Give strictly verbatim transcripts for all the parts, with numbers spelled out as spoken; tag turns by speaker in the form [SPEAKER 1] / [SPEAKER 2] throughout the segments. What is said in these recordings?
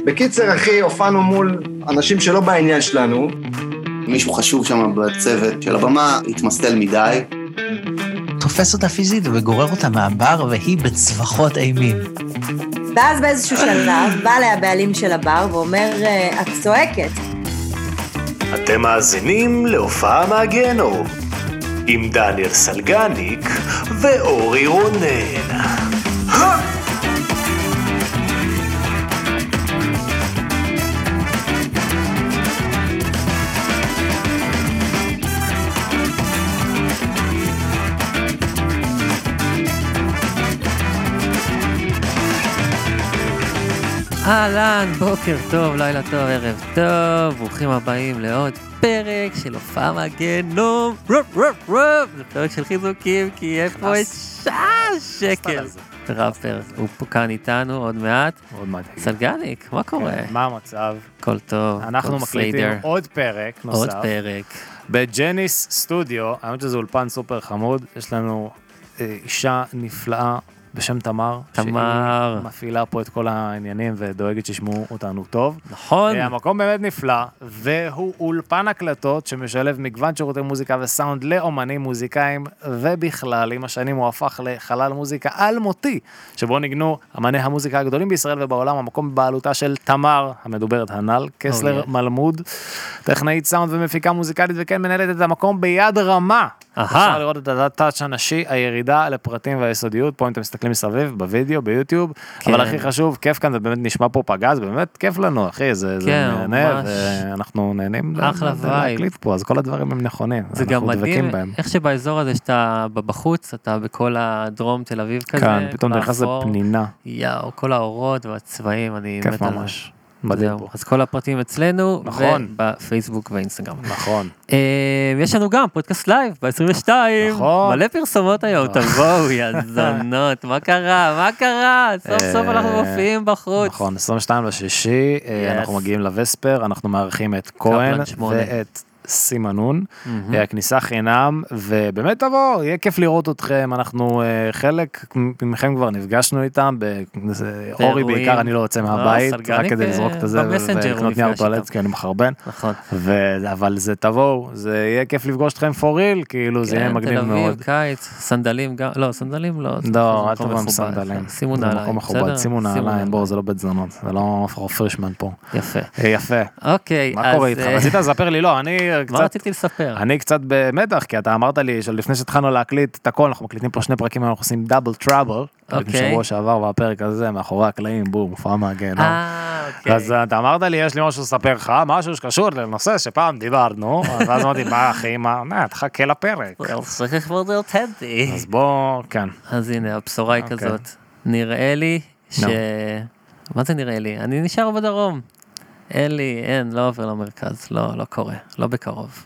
[SPEAKER 1] בקיצר, אחי, הופענו מול אנשים שלא בעניין שלנו.
[SPEAKER 2] מישהו חשוב שם בצוות של הבמה, התמסטל מדי.
[SPEAKER 3] תופס אותה פיזית וגורר אותה מהבר, והיא בצווחות אימים.
[SPEAKER 4] ואז באיזשהו שלב, בא לה הבעלים של הבר ואומר, את צועקת.
[SPEAKER 5] אתם מאזינים להופעה מהגיהנום, עם דניאל סלגניק ואורי רונן.
[SPEAKER 6] אהלן, בוקר טוב, לילה טוב, ערב טוב, ברוכים הבאים לעוד פרק של הופעה מהגיהנום. רוב רוב רוב, זה פרק של חיזוקים, כי יש פה את שקל. ראפר, הוא פה כאן איתנו עוד מעט.
[SPEAKER 7] עוד מעט.
[SPEAKER 6] סלגניק, מה קורה?
[SPEAKER 7] מה המצב?
[SPEAKER 6] הכל טוב.
[SPEAKER 7] אנחנו מקליטים עוד פרק נוסף.
[SPEAKER 6] עוד פרק.
[SPEAKER 7] בג'ניס סטודיו, האמת שזה אולפן סופר חמוד, יש לנו אישה נפלאה, בשם תמר,
[SPEAKER 6] תמר.
[SPEAKER 7] שהיא מפעילה פה את כל העניינים ודואגת שישמעו אותנו טוב.
[SPEAKER 6] נכון.
[SPEAKER 7] המקום באמת נפלא, והוא אולפן הקלטות שמשלב מגוון שירותי מוזיקה וסאונד לאומנים מוזיקאים, ובכלל, עם השנים הוא הפך לחלל מוזיקה אלמותי, שבו ניגנו אמני המוזיקה הגדולים בישראל ובעולם, המקום בבעלותה של תמר, המדוברת הנ"ל, קסלר
[SPEAKER 6] Oh, yeah.
[SPEAKER 7] מלמוד, טכנאית סאונד ומפיקה מוזיקלית, וכן מנהלת את המקום ביד רמה. אפשר לראות את הטאץ' הנשי, הירידה לפרטים והיסודיות, פה אם אתם מסתכלים מסביב, בווידאו, ביוטיוב, כן. אבל הכי חשוב, כיף כאן, זה באמת נשמע פה פגז, באמת כיף לנו, אחי, זה, כן, זה נהנה, ואנחנו נהנים להקליט פה, אז כל הדברים הם נכונים,
[SPEAKER 6] זה גם מדהים, איך שבאזור הזה שאתה בחוץ, אתה בכל הדרום תל אביב כזה,
[SPEAKER 7] כאן, פתאום נכנס לפנינה.
[SPEAKER 6] יאו, כל האורות והצבעים, אני
[SPEAKER 7] כיף ממש.
[SPEAKER 6] זהו, אז כל הפרטים אצלנו,
[SPEAKER 7] נכון.
[SPEAKER 6] ובפייסבוק ואינסטגרם.
[SPEAKER 7] נכון.
[SPEAKER 6] יש לנו גם פודקאסט לייב ב-עשרים ושתיים,
[SPEAKER 7] נכון.
[SPEAKER 6] מלא פרסומות היום, תבואו, יזונות, מה קרה, מה קרה, סוף סוף אנחנו מופיעים בחוץ.
[SPEAKER 7] נכון, עשרים ושתיים לשישי, אנחנו מגיעים לווספר, אנחנו מארחים את כהן ואת סימנון, הכניסה חינם, ובאמת תבוא, יהיה כיף לראות אתכם, אנחנו חלק מכם כבר נפגשנו איתם, אורי בעיקר אני לא יוצא מהבית, רק כדי לזרוק את זה, ולקנות נייר טואלט, כי אני מחרבן, אבל זה תבוא, זה יהיה כיף לפגוש אתכם פוריל, כאילו זה יהיה מגניב מאוד.
[SPEAKER 6] תל אביב, קיץ, סנדלים גם, לא, סנדלים לא.
[SPEAKER 7] לא, אל תבוא עם סנדלים.
[SPEAKER 6] שימו נעליים, בסדר?
[SPEAKER 7] שימו נעליים, בואו, זה לא בית זונות, זה לא פרישמן פה.
[SPEAKER 6] יפה.
[SPEAKER 7] יפה.
[SPEAKER 6] אוקיי,
[SPEAKER 7] מה קורה איתך? רצית לספר לי? לא, אני
[SPEAKER 6] מה רציתי לספר?
[SPEAKER 7] אני קצת במתח, כי אתה אמרת לי שלפני שהתחלנו להקליט את הכל, אנחנו מקליטים פה שני פרקים, אנחנו עושים דאבל טראבל, בשבוע שעבר והפרק הזה, מאחורי הקלעים, בום, מופע מהגיהנום. אז אתה אמרת לי, יש לי משהו לספר לך, משהו שקשור לנושא שפעם דיברנו, ואז אמרתי, מה אחי, מה, תחכה לפרק.
[SPEAKER 6] צריך מאוד אותנטי.
[SPEAKER 7] אז בוא, כן.
[SPEAKER 6] אז הנה, הבשורה היא כזאת. נראה לי ש... מה זה נראה לי? אני נשאר בדרום. אין לי, אין, לא עובר למרכז, לא, לא קורה, לא בקרוב.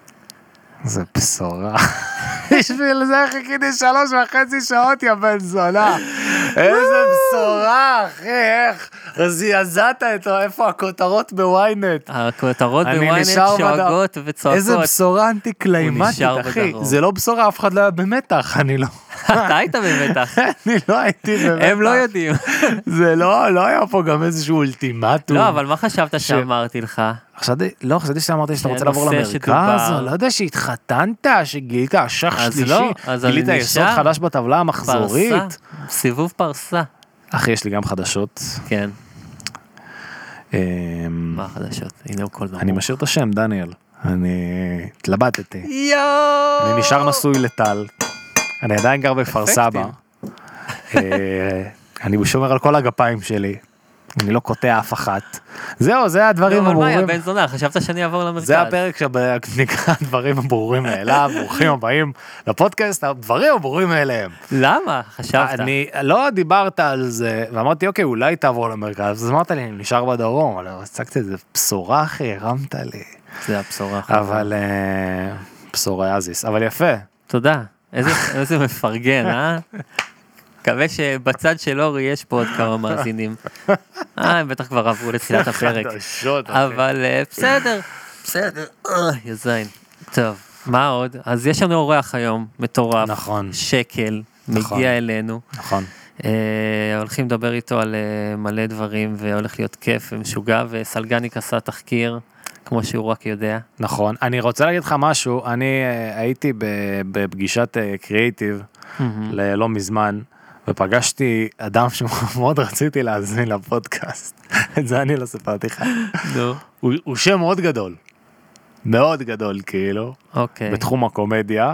[SPEAKER 7] זה בשורה. בשביל זה חיכיתי שלוש וחצי שעות, יא בן זונה. איזה בשורה, אחי, איך? אז יזעת איפה הכותרות בוויינט.
[SPEAKER 6] הכותרות בוויינט שואגות וצועקות.
[SPEAKER 7] איזה בשורה אנטי-קליימטית, אחי. זה לא בשורה, אף אחד לא היה במתח, אני לא.
[SPEAKER 6] אתה היית במתח.
[SPEAKER 7] אני לא הייתי במתח.
[SPEAKER 6] הם לא יודעים.
[SPEAKER 7] זה לא, לא היה פה גם איזשהו אולטימטום.
[SPEAKER 6] לא, אבל מה חשבת שאמרתי לך?
[SPEAKER 7] לא, חשבתי שאמרתי שאתה רוצה לעבור למרכז, לא יודע שהתחתנת, שגילית אשך שלישי, גילית יסוד חדש בטבלה המחזורית.
[SPEAKER 6] סיבוב פרסה.
[SPEAKER 7] אחי, יש לי גם חדשות.
[SPEAKER 6] כן. מה החדשות? הנה הוא כל דבר.
[SPEAKER 7] אני משאיר את השם, דניאל. אני התלבטתי. יואו! אני נשאר נשוי לטל. אני עדיין גר בכפר סבא. אני שומר על כל הגפיים שלי. אני לא קוטע אף אחת. זהו, זה הדברים
[SPEAKER 6] הברורים.
[SPEAKER 7] הברורים.
[SPEAKER 6] אבל מה, בן זונה, חשבת שאני אעבור למרכז.
[SPEAKER 7] זה הפרק שנקרא הדברים הברורים מאליו, ברוכים הבאים לפודקאסט, הדברים הברורים מאליהם.
[SPEAKER 6] למה? חשבת?
[SPEAKER 7] אני לא דיברת על זה, ואמרתי, אוקיי, אולי תעבור למרכז, אז אמרת לי, אני נשאר בדרום, אבל הצגתי איזה בשורה, אחי, הרמת לי.
[SPEAKER 6] זה הבשורה.
[SPEAKER 7] אבל, בשורה יזיס, אבל יפה.
[SPEAKER 6] תודה. איזה מפרגן, אה? מקווה שבצד של אורי יש פה עוד כמה מאזינים. אה, הם בטח כבר עברו לתחילת הפרק. אבל בסדר, בסדר, יזיין. טוב, מה עוד? אז יש לנו אורח היום, מטורף.
[SPEAKER 7] נכון.
[SPEAKER 6] שקל, מגיע אלינו.
[SPEAKER 7] נכון.
[SPEAKER 6] הולכים לדבר איתו על מלא דברים, והולך להיות כיף ומשוגע, וסלגניק עשה תחקיר, כמו שהוא רק יודע.
[SPEAKER 7] נכון. אני רוצה להגיד לך משהו, אני הייתי בפגישת קריאיטיב, לא מזמן, ופגשתי אדם שמאוד רציתי להזמין לפודקאסט. את זה אני לא סיפרתי לך. הוא שם מאוד גדול. מאוד גדול, כאילו.
[SPEAKER 6] אוקיי.
[SPEAKER 7] בתחום הקומדיה.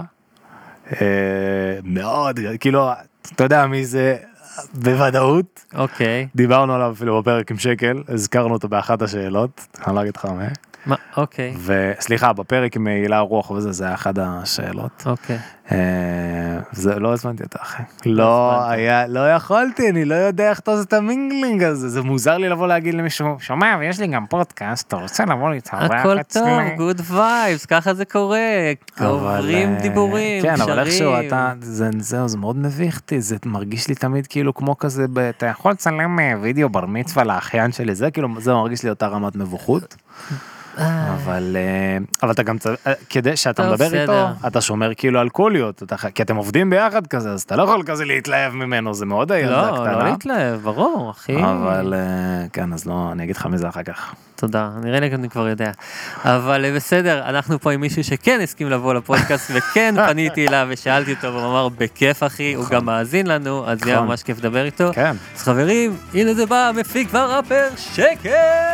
[SPEAKER 7] מאוד, כאילו, אתה יודע מי זה בוודאות.
[SPEAKER 6] אוקיי.
[SPEAKER 7] דיברנו עליו אפילו בפרק עם שקל, הזכרנו אותו באחת השאלות. אני לא אגיד לך מה.
[SPEAKER 6] מה? אוקיי.
[SPEAKER 7] וסליחה, בפרק עם הילה רוח וזה, זה היה אחת השאלות.
[SPEAKER 6] אוקיי.
[SPEAKER 7] זה לא הזמנתי אותה אחי. לא היה, לא יכולתי, אני לא יודע איך אתה עושה את המינגלינג הזה, זה מוזר לי לבוא להגיד למישהו, שומע, ויש לי גם פודקאסט, אתה רוצה לבוא להתארח אצלי?
[SPEAKER 6] הכל טוב, גוד וייבס, ככה זה קורה, עוברים דיבורים,
[SPEAKER 7] כן,
[SPEAKER 6] קשרים.
[SPEAKER 7] אבל איכשהו אתה, זהו, זה מאוד מביך, זה מרגיש לי תמיד כאילו כמו כזה, אתה יכול לצלם וידאו בר מצווה לאחיין שלי, זה כאילו, זה מרגיש לי אותה רמת מבוכות. אבל אבל אתה גם כדי שאתה מדבר איתו אתה שומר כאילו על קוליות כי אתם עובדים ביחד כזה אז אתה לא יכול כזה להתלהב ממנו זה מאוד הילדה קטנה.
[SPEAKER 6] לא, לא להתלהב, ברור אחי.
[SPEAKER 7] אבל כן אז לא אני אגיד לך מזה אחר כך.
[SPEAKER 6] תודה, נראה לי אני כבר יודע. אבל בסדר, אנחנו פה עם מישהו שכן הסכים לבוא לפודקאסט וכן פניתי אליו ושאלתי אותו והוא אמר בכיף אחי, הוא גם מאזין לנו אז יהיה ממש כיף לדבר איתו. אז חברים, הנה זה בא מפיק והראפר שקל.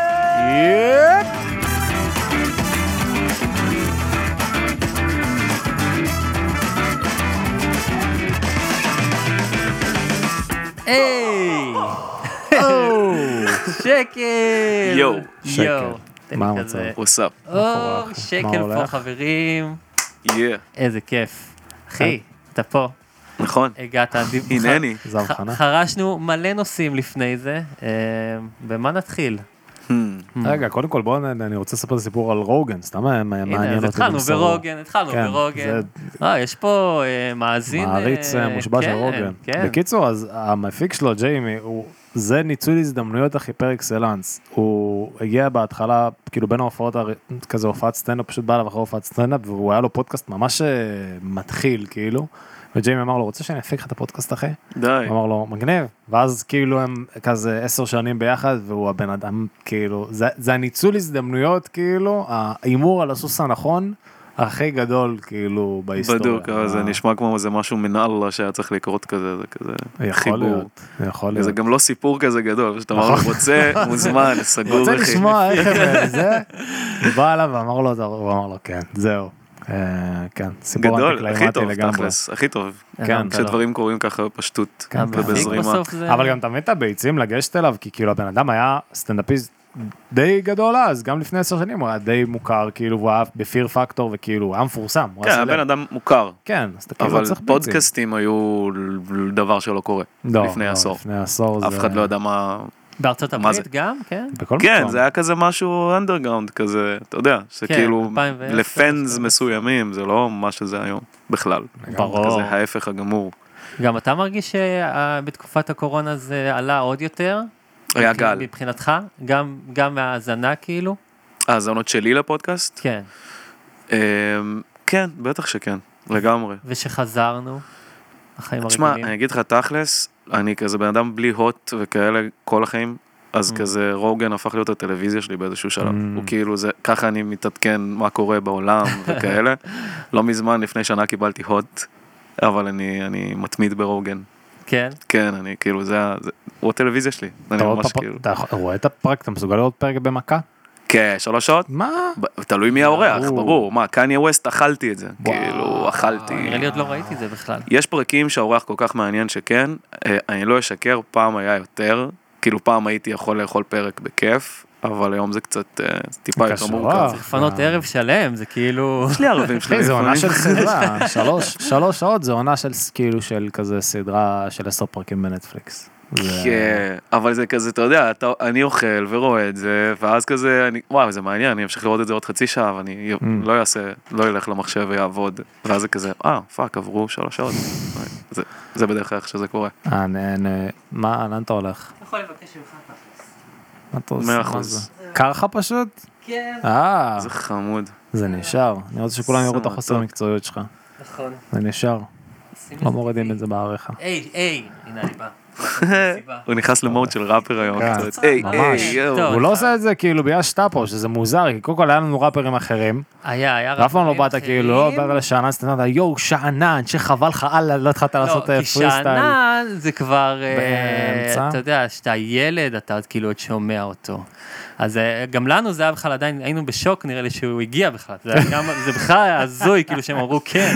[SPEAKER 6] היי! שקל!
[SPEAKER 8] יו!
[SPEAKER 6] שקל.
[SPEAKER 7] מה המצב?
[SPEAKER 8] וואסאפ.
[SPEAKER 6] או, שקל פה חברים.
[SPEAKER 8] יא.
[SPEAKER 6] איזה כיף. אחי, אתה פה.
[SPEAKER 8] נכון.
[SPEAKER 6] הגעת.
[SPEAKER 8] הנני.
[SPEAKER 6] חרשנו מלא נושאים לפני זה. במה נתחיל?
[SPEAKER 7] רגע, קודם כל בואו, אני רוצה לספר את הסיפור על רוגן, סתם מעניין אותי.
[SPEAKER 6] הנה, התחלנו ברוגן, התחלנו ברוגן. אה, יש פה מאזין.
[SPEAKER 7] מעריץ מושבע של רוגן. בקיצור, אז המפיק שלו, ג'יימי, זה ניצול הזדמנויות הכי פר אקסלנס. הוא הגיע בהתחלה, כאילו בין ההופעות, כזה הופעת סטנדאפ, פשוט בא אליו אחרי הופעת סטנדאפ, והוא היה לו פודקאסט ממש מתחיל, כאילו. וג'יימי אמר לו, רוצה שאני אפיק לך את הפודקאסט אחי?
[SPEAKER 8] די.
[SPEAKER 7] הוא אמר לו, מגניב. ואז כאילו הם כזה עשר שנים ביחד, והוא הבן אדם, כאילו, זה, זה הניצול הזדמנויות, כאילו, האימור על הסוס הנכון, הכי גדול, כאילו, בהיסטוריה.
[SPEAKER 8] בדוק, אבל זה נשמע כמו איזה משהו מנהל שהיה צריך לקרות כזה, זה כזה
[SPEAKER 7] יכול להיות, יכול להיות.
[SPEAKER 8] זה גם לא סיפור כזה גדול, שאתה אמר, רוצה, מוזמן, סגור
[SPEAKER 7] רוצה לשמוע איך זה, הוא בא עליו ואמר לו, הוא אמר לו, כן, זהו. כן, סיפור
[SPEAKER 8] גדול, הכי טוב, תכלס, הכי טוב. כשדברים קורים ככה בפשטות ובזרימה.
[SPEAKER 7] אבל גם תמיד את הביצים לגשת אליו, כי כאילו הבן אדם היה סטנדאפיסט די גדול אז, גם לפני עשר שנים הוא היה די מוכר, כאילו הוא היה בפיר פקטור וכאילו הוא היה מפורסם.
[SPEAKER 8] כן, הבן אדם מוכר.
[SPEAKER 7] כן,
[SPEAKER 8] אבל פודקאסטים היו דבר שלא קורה לפני עשור.
[SPEAKER 7] לפני עשור.
[SPEAKER 8] אף אחד לא יודע מה...
[SPEAKER 6] בארצות הברית גם, כן?
[SPEAKER 8] כן, זה היה כזה משהו אנדרגראונד כזה, אתה יודע, שכאילו לפנס מסוימים, זה לא מה שזה היום בכלל.
[SPEAKER 6] ברור.
[SPEAKER 8] זה ההפך הגמור.
[SPEAKER 6] גם אתה מרגיש שבתקופת הקורונה זה עלה עוד יותר?
[SPEAKER 8] היה גל.
[SPEAKER 6] מבחינתך? גם מהאזנה כאילו?
[SPEAKER 8] האזנות שלי לפודקאסט?
[SPEAKER 6] כן.
[SPEAKER 8] כן, בטח שכן, לגמרי.
[SPEAKER 6] ושחזרנו, החיים הרגילים.
[SPEAKER 8] תשמע, אני אגיד לך תכלס, אני כזה בן אדם בלי הוט וכאלה כל החיים, אז כזה רוגן הפך להיות הטלוויזיה שלי באיזשהו שלב. הוא כאילו זה, ככה אני מתעדכן מה קורה בעולם וכאלה. לא מזמן, לפני שנה קיבלתי הוט, אבל אני, אני מתמיד ברוגן.
[SPEAKER 6] כן?
[SPEAKER 8] כן, אני כאילו, זה, הוא הטלוויזיה שלי. אני ממש כאילו.
[SPEAKER 7] אתה רואה את הפרק, אתה מסוגל לראות פרק במכה?
[SPEAKER 8] כן, שלוש שעות?
[SPEAKER 7] מה?
[SPEAKER 8] תלוי מי האורח, ברור. מה, קניה ווסט, אכלתי את זה. כאילו, אכלתי.
[SPEAKER 6] נראה לי עוד לא ראיתי את זה בכלל.
[SPEAKER 8] יש פרקים שהאורח כל כך מעניין שכן, אני לא אשקר, פעם היה יותר, כאילו פעם הייתי יכול לאכול פרק בכיף, אבל היום זה קצת טיפה יותר מורכב.
[SPEAKER 6] צריך לפנות ערב שלם, זה כאילו...
[SPEAKER 8] יש לי ערבים שלי.
[SPEAKER 7] זה עונה של סדרה, שלוש שעות זה עונה של כאילו של כזה סדרה של עשר פרקים בנטפליקס.
[SPEAKER 8] כן, אבל זה כזה, אתה יודע, אני אוכל ורואה את זה, ואז כזה, וואו, זה מעניין, אני אמשיך לראות את זה עוד חצי שעה, ואני לא אעשה, לא ילך למחשב ויעבוד, ואז זה כזה, אה, פאק, עברו שלוש שעות. זה בדרך כלל איך שזה קורה.
[SPEAKER 7] אה, מה, לאן אתה הולך?
[SPEAKER 6] יכול לבקש ממך תכלס.
[SPEAKER 7] מה אתה עושה?
[SPEAKER 8] מאה אחוז.
[SPEAKER 7] קרחה פשוט?
[SPEAKER 6] כן.
[SPEAKER 7] אה.
[SPEAKER 8] זה חמוד.
[SPEAKER 7] זה נשאר. אני רוצה שכולם יראו את החוסר המקצועיות שלך.
[SPEAKER 6] נכון.
[SPEAKER 7] זה נשאר. לא מורידים את זה בעריכה.
[SPEAKER 6] היי, היי, הנה אני בא.
[SPEAKER 8] הוא נכנס למוד של ראפר היום.
[SPEAKER 7] כן,
[SPEAKER 8] קצת. היי,
[SPEAKER 7] ממש.
[SPEAKER 8] היי, יואו.
[SPEAKER 6] טוב.
[SPEAKER 7] הוא לא עושה את זה כאילו בגלל שאתה פה, שזה מוזר, כי קודם כל היה לנו ראפרים אחרים,
[SPEAKER 6] היה, היה
[SPEAKER 7] ואף פעם לא
[SPEAKER 6] ראפרים
[SPEAKER 7] באת כאילו, לא באת לשענן, אז אתה אומר, יואו, שענן, שחבל לך, אללה, לא התחלת לעשות
[SPEAKER 6] לא, כי
[SPEAKER 7] פרי סטייל.
[SPEAKER 6] שענן זה כבר, אה,
[SPEAKER 7] באמצע.
[SPEAKER 6] אתה יודע, שאתה ילד, אתה עוד כאילו עוד שומע אותו. אז אה, גם לנו זה היה בכלל עדיין, היינו בשוק נראה לי שהוא הגיע בכלל, זה היה גם- זה בכלל היה הזוי, כאילו שהם אמרו כן.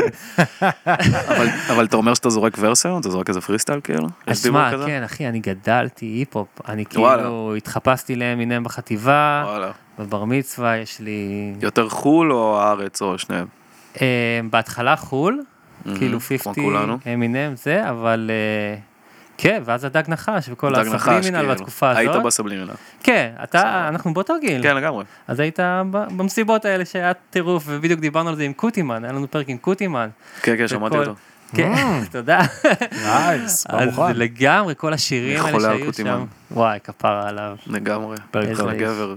[SPEAKER 8] אבל- אבל אתה אומר שאתה זורק ורסיה? אתה זורק איזה פרי סטייל כאילו? יש
[SPEAKER 6] אז
[SPEAKER 8] דיבור
[SPEAKER 6] מה,
[SPEAKER 8] כזה?
[SPEAKER 6] כן, אחי, אני גדלתי היפ-הופ, אני
[SPEAKER 8] וואלה.
[SPEAKER 6] כאילו התחפשתי לאמינם בחטיבה,
[SPEAKER 8] וואלה.
[SPEAKER 6] בבר מצווה יש לי,
[SPEAKER 8] יותר חול או הארץ או שניהם?
[SPEAKER 6] אה, בהתחלה חול, כאילו
[SPEAKER 8] כמו
[SPEAKER 6] חמישים
[SPEAKER 8] כולנו.
[SPEAKER 6] אמינם זה, אבל אה, כן, ואז הדג נחש וכל
[SPEAKER 8] דג נחש,
[SPEAKER 6] הסבלימינל
[SPEAKER 8] כאילו.
[SPEAKER 6] בתקופה הזאת.
[SPEAKER 8] היית בסבלימינל.
[SPEAKER 6] כן, אתה, אנחנו באותו גיל.
[SPEAKER 8] כן, לגמרי.
[SPEAKER 6] אז היית ב- במסיבות האלה שהיה טירוף, ובדיוק דיברנו על זה עם קוטימן, היה לנו פרק עם קוטימן.
[SPEAKER 8] כן, כן, שמעתי
[SPEAKER 6] וכל-
[SPEAKER 8] אותו.
[SPEAKER 6] כן, תודה.
[SPEAKER 7] נייס, בא
[SPEAKER 6] אז
[SPEAKER 7] מוכן.
[SPEAKER 6] לגמרי, כל השירים
[SPEAKER 8] אני
[SPEAKER 6] האלה
[SPEAKER 8] חולה על
[SPEAKER 6] שהיו
[SPEAKER 8] קוטימן.
[SPEAKER 6] שם, וואי, כפרה עליו.
[SPEAKER 8] לגמרי.
[SPEAKER 7] פרק
[SPEAKER 6] איזה
[SPEAKER 8] אחלה
[SPEAKER 6] איש.
[SPEAKER 8] גבר.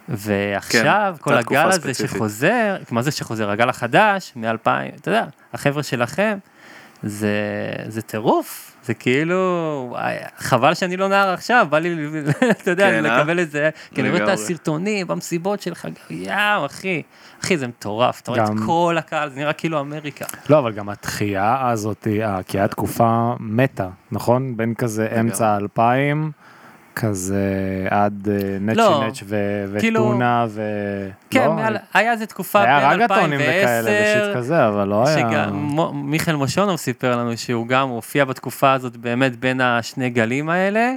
[SPEAKER 6] ועכשיו,
[SPEAKER 8] כן,
[SPEAKER 6] כל
[SPEAKER 8] אותה תקופה
[SPEAKER 6] הגל הזה
[SPEAKER 8] ספציפית.
[SPEAKER 6] שחוזר, מה זה שחוזר? הגל החדש, מ-אלפיים, אתה יודע, החבר'ה שלכם, זה, זה טירוף, זה כאילו, וואי, חבל שאני לא נער עכשיו, בא לי, אתה יודע,
[SPEAKER 8] כן, אה?
[SPEAKER 6] לקבל את זה, כי אני רואה את
[SPEAKER 8] לגמרי.
[SPEAKER 6] הסרטונים במסיבות שלך, יאו, אחי, אחי, זה מטורף, אתה רואה את
[SPEAKER 7] גם-
[SPEAKER 6] כל הקהל, זה נראה כאילו אמריקה.
[SPEAKER 7] לא, אבל גם התחייה הזאת, אה, כי הייתה תקופה מתה, נכון? בין כזה אמצע האלפיים, כזה עד אה, נצ'י
[SPEAKER 6] לא,
[SPEAKER 7] נצ' ו-
[SPEAKER 6] כאילו-
[SPEAKER 7] וטונה ו...
[SPEAKER 6] כן,
[SPEAKER 7] לא,
[SPEAKER 6] מעל- היה איזה תקופה
[SPEAKER 7] היה
[SPEAKER 6] בין
[SPEAKER 7] רגטונים
[SPEAKER 6] אלפיים
[SPEAKER 7] וכאלה ושיט
[SPEAKER 6] ועשר,
[SPEAKER 7] כזה, אבל לא היה...
[SPEAKER 6] שגם מו- מיכאל מושונוב סיפר לנו שהוא גם הופיע בתקופה הזאת באמת בין השני גלים האלה,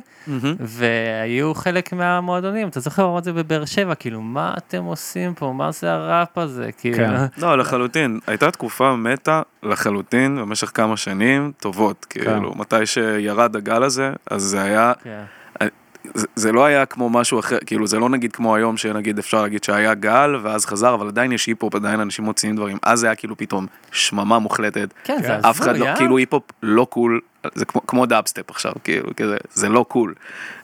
[SPEAKER 6] והיו חלק מהמועדונים, אתה זוכר, אמרת זה בבאר שבע, כאילו, מה אתם עושים פה, מה זה הראפ הזה, כאילו,
[SPEAKER 7] כן.
[SPEAKER 8] לא, לחלוטין. הייתה תקופה מתה לחלוטין במשך כמה שנים טובות. כאילו, מתי שירד הגל הזה, אז זה היה...
[SPEAKER 6] כן.
[SPEAKER 8] זה, זה לא היה כמו משהו אחר, כאילו זה לא נגיד כמו היום שנגיד אפשר להגיד שהיה גל ואז חזר, אבל עדיין יש היפ-הופ, עדיין אנשים מוציאים דברים, אז זה היה כאילו פתאום שממה מוחלטת,
[SPEAKER 6] כן, זה
[SPEAKER 8] אף אחד
[SPEAKER 6] הזוי,
[SPEAKER 8] לא,
[SPEAKER 6] אה?
[SPEAKER 8] כאילו היפ-הופ לא קול, זה כמו, כמו דאבסטפ עכשיו, כאילו, כזה, זה לא קול,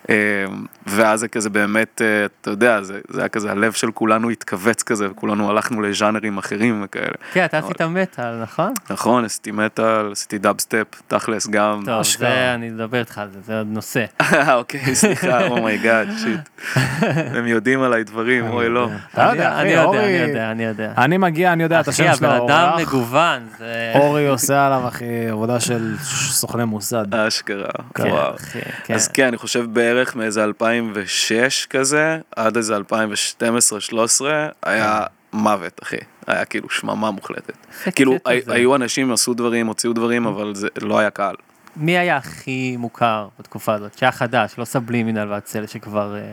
[SPEAKER 8] ואז זה כזה באמת, אתה יודע, זה, זה היה כזה, הלב של כולנו התכווץ כזה, וכולנו הלכנו לז'אנרים אחרים וכאלה.
[SPEAKER 6] כן, אתה עשית מטל, נכון?
[SPEAKER 8] נכון, עשיתי מטל, עשיתי דאבסטפ, תכלס גם.
[SPEAKER 6] טוב, זה, אני אדבר איתך על זה, זה עוד נושא.
[SPEAKER 8] אוקיי, סליחה, אומייגאד, שיט. הם יודעים עליי דברים, אוי לא.
[SPEAKER 7] אתה יודע,
[SPEAKER 6] אני
[SPEAKER 7] אחי,
[SPEAKER 6] יודע,
[SPEAKER 7] אורי...
[SPEAKER 6] אני יודע, אני יודע.
[SPEAKER 7] אני מגיע, אני יודע את
[SPEAKER 6] אחי,
[SPEAKER 7] השם שלו,
[SPEAKER 6] הבן אדם
[SPEAKER 7] אורח.
[SPEAKER 6] מגוון, זה...
[SPEAKER 7] אורי עושה עליו, אחי, עבודה של סוכני מוסד.
[SPEAKER 8] אשכרה,
[SPEAKER 6] כן,
[SPEAKER 8] וואו.
[SPEAKER 6] אחי, כן.
[SPEAKER 8] אז כן, אני חושב בערך מאיזה אלפיים ושש כזה, עד איזה אלפיים ושתים עשרה שלוש עשרה, היה מוות, אחי. היה כאילו שממה מוחלטת. כאילו,
[SPEAKER 6] קטע
[SPEAKER 8] הי-
[SPEAKER 6] זה.
[SPEAKER 8] היו אנשים, עשו דברים, הוציאו דברים, אבל זה לא היה קהל.
[SPEAKER 6] מי היה הכי מוכר בתקופה הזאת? שהיה חדש, לא סבלימינל והצל שכבר... אה,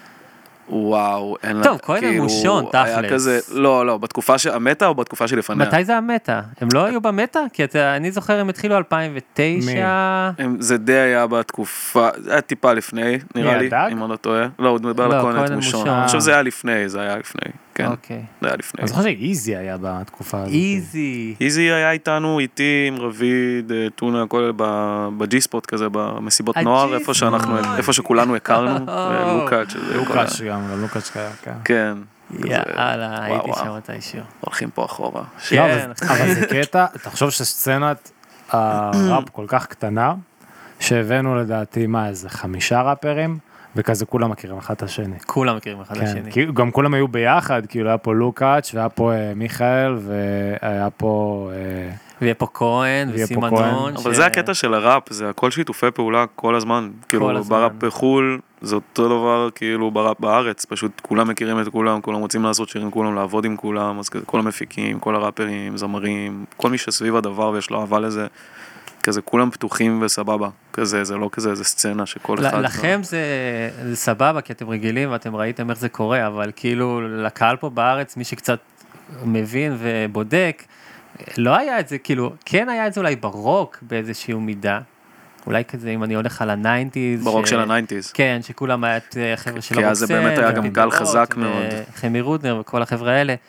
[SPEAKER 8] וואו, אין לה...
[SPEAKER 6] טוב, כהן
[SPEAKER 8] כאילו,
[SPEAKER 6] אלמושון,
[SPEAKER 8] היה
[SPEAKER 6] תכלס.
[SPEAKER 8] כזה, לא, לא, בתקופה של המטה או בתקופה שלפניה?
[SPEAKER 6] מתי זה המטה? הם לא היו במטה? כי אתה, אני זוכר, הם התחילו אלפיים ותשע...
[SPEAKER 8] הם- זה די היה בתקופה, זה היה טיפה לפני, נראה לי,
[SPEAKER 7] הדג?
[SPEAKER 8] אם אני לא טועה. לא, הוא מדבר על
[SPEAKER 6] לא,
[SPEAKER 8] הכהן
[SPEAKER 6] כהן
[SPEAKER 8] אלמושון.
[SPEAKER 6] אלמושון.
[SPEAKER 8] אני חושב שזה היה לפני, זה היה לפני, כן,
[SPEAKER 6] אוקיי.
[SPEAKER 8] זה היה לפני.
[SPEAKER 7] אני זוכר שאיזי היה בתקופה הזאת.
[SPEAKER 6] איזי.
[SPEAKER 8] איזי היה איתנו, איתי, עם רביד, אה, טונה, כל אלה ב- בג'י ספוט כזה, במסיבות
[SPEAKER 6] הג'י
[SPEAKER 8] נוער, איפה שאנחנו, איפה שכולנו הכרנו, ולוקאץ' שזה כל ה-
[SPEAKER 7] לוקאץ' גם, גם לוקאץ' היה, כן.
[SPEAKER 8] כן. כזה,
[SPEAKER 6] יאללה,
[SPEAKER 8] וואו,
[SPEAKER 6] הייתי
[SPEAKER 8] וואו.
[SPEAKER 6] שם מתישהו.
[SPEAKER 8] הולכים פה אחורה.
[SPEAKER 7] לא,
[SPEAKER 6] כן,
[SPEAKER 7] אבל- אבל זה קטע, תחשוב שסצנת הראפ כל כך קטנה, שהבאנו לדעתי, מה, איזה חמישה ראפרים, וכזה כולם מכירים אחד את השני.
[SPEAKER 6] כולם מכירים אחד
[SPEAKER 7] כן,
[SPEAKER 6] לשני.
[SPEAKER 7] כי גם כולם היו ביחד, כאילו היה פה לוקאץ' והיה פה אה, מיכאל, והיה פה... אה,
[SPEAKER 6] ויהיה פה כהן
[SPEAKER 7] ויהיה פה
[SPEAKER 6] וסימנון.
[SPEAKER 8] אבל זה הקטע של הראפ, זה הכל שיתופי פעולה כל הזמן. כאילו,
[SPEAKER 6] הזמן.
[SPEAKER 8] בראפ בחול, זה אותו דבר כאילו בראפ בארץ, פשוט כולם מכירים את כולם, כולם רוצים לעשות שירים כולם, לעבוד עם כולם, אז כזה כל המפיקים, כל הראפרים, זמרים, כל מי שסביב הדבר ויש לו אהבה לזה, כזה כולם פתוחים וסבבה, כזה, זה לא כזה, זה סצנה שכל אחד...
[SPEAKER 6] לכם זה, זה סבבה, כי אתם רגילים ואתם ראיתם איך זה קורה, אבל כאילו לקהל פה בארץ, מי שקצת מבין ובודק, לא היה את זה, כאילו, כן היה את זה אולי ברוק באיזשהו מידה, אולי כזה אם אני הולך על הניינטיז.
[SPEAKER 8] ברוק של הניינטיז.
[SPEAKER 6] כן, שכולם היה את החבר'ה של
[SPEAKER 8] כי אז זה באמת היה גם גל חזק מאוד.
[SPEAKER 6] חמי רודנר וכל החבר'ה האלה.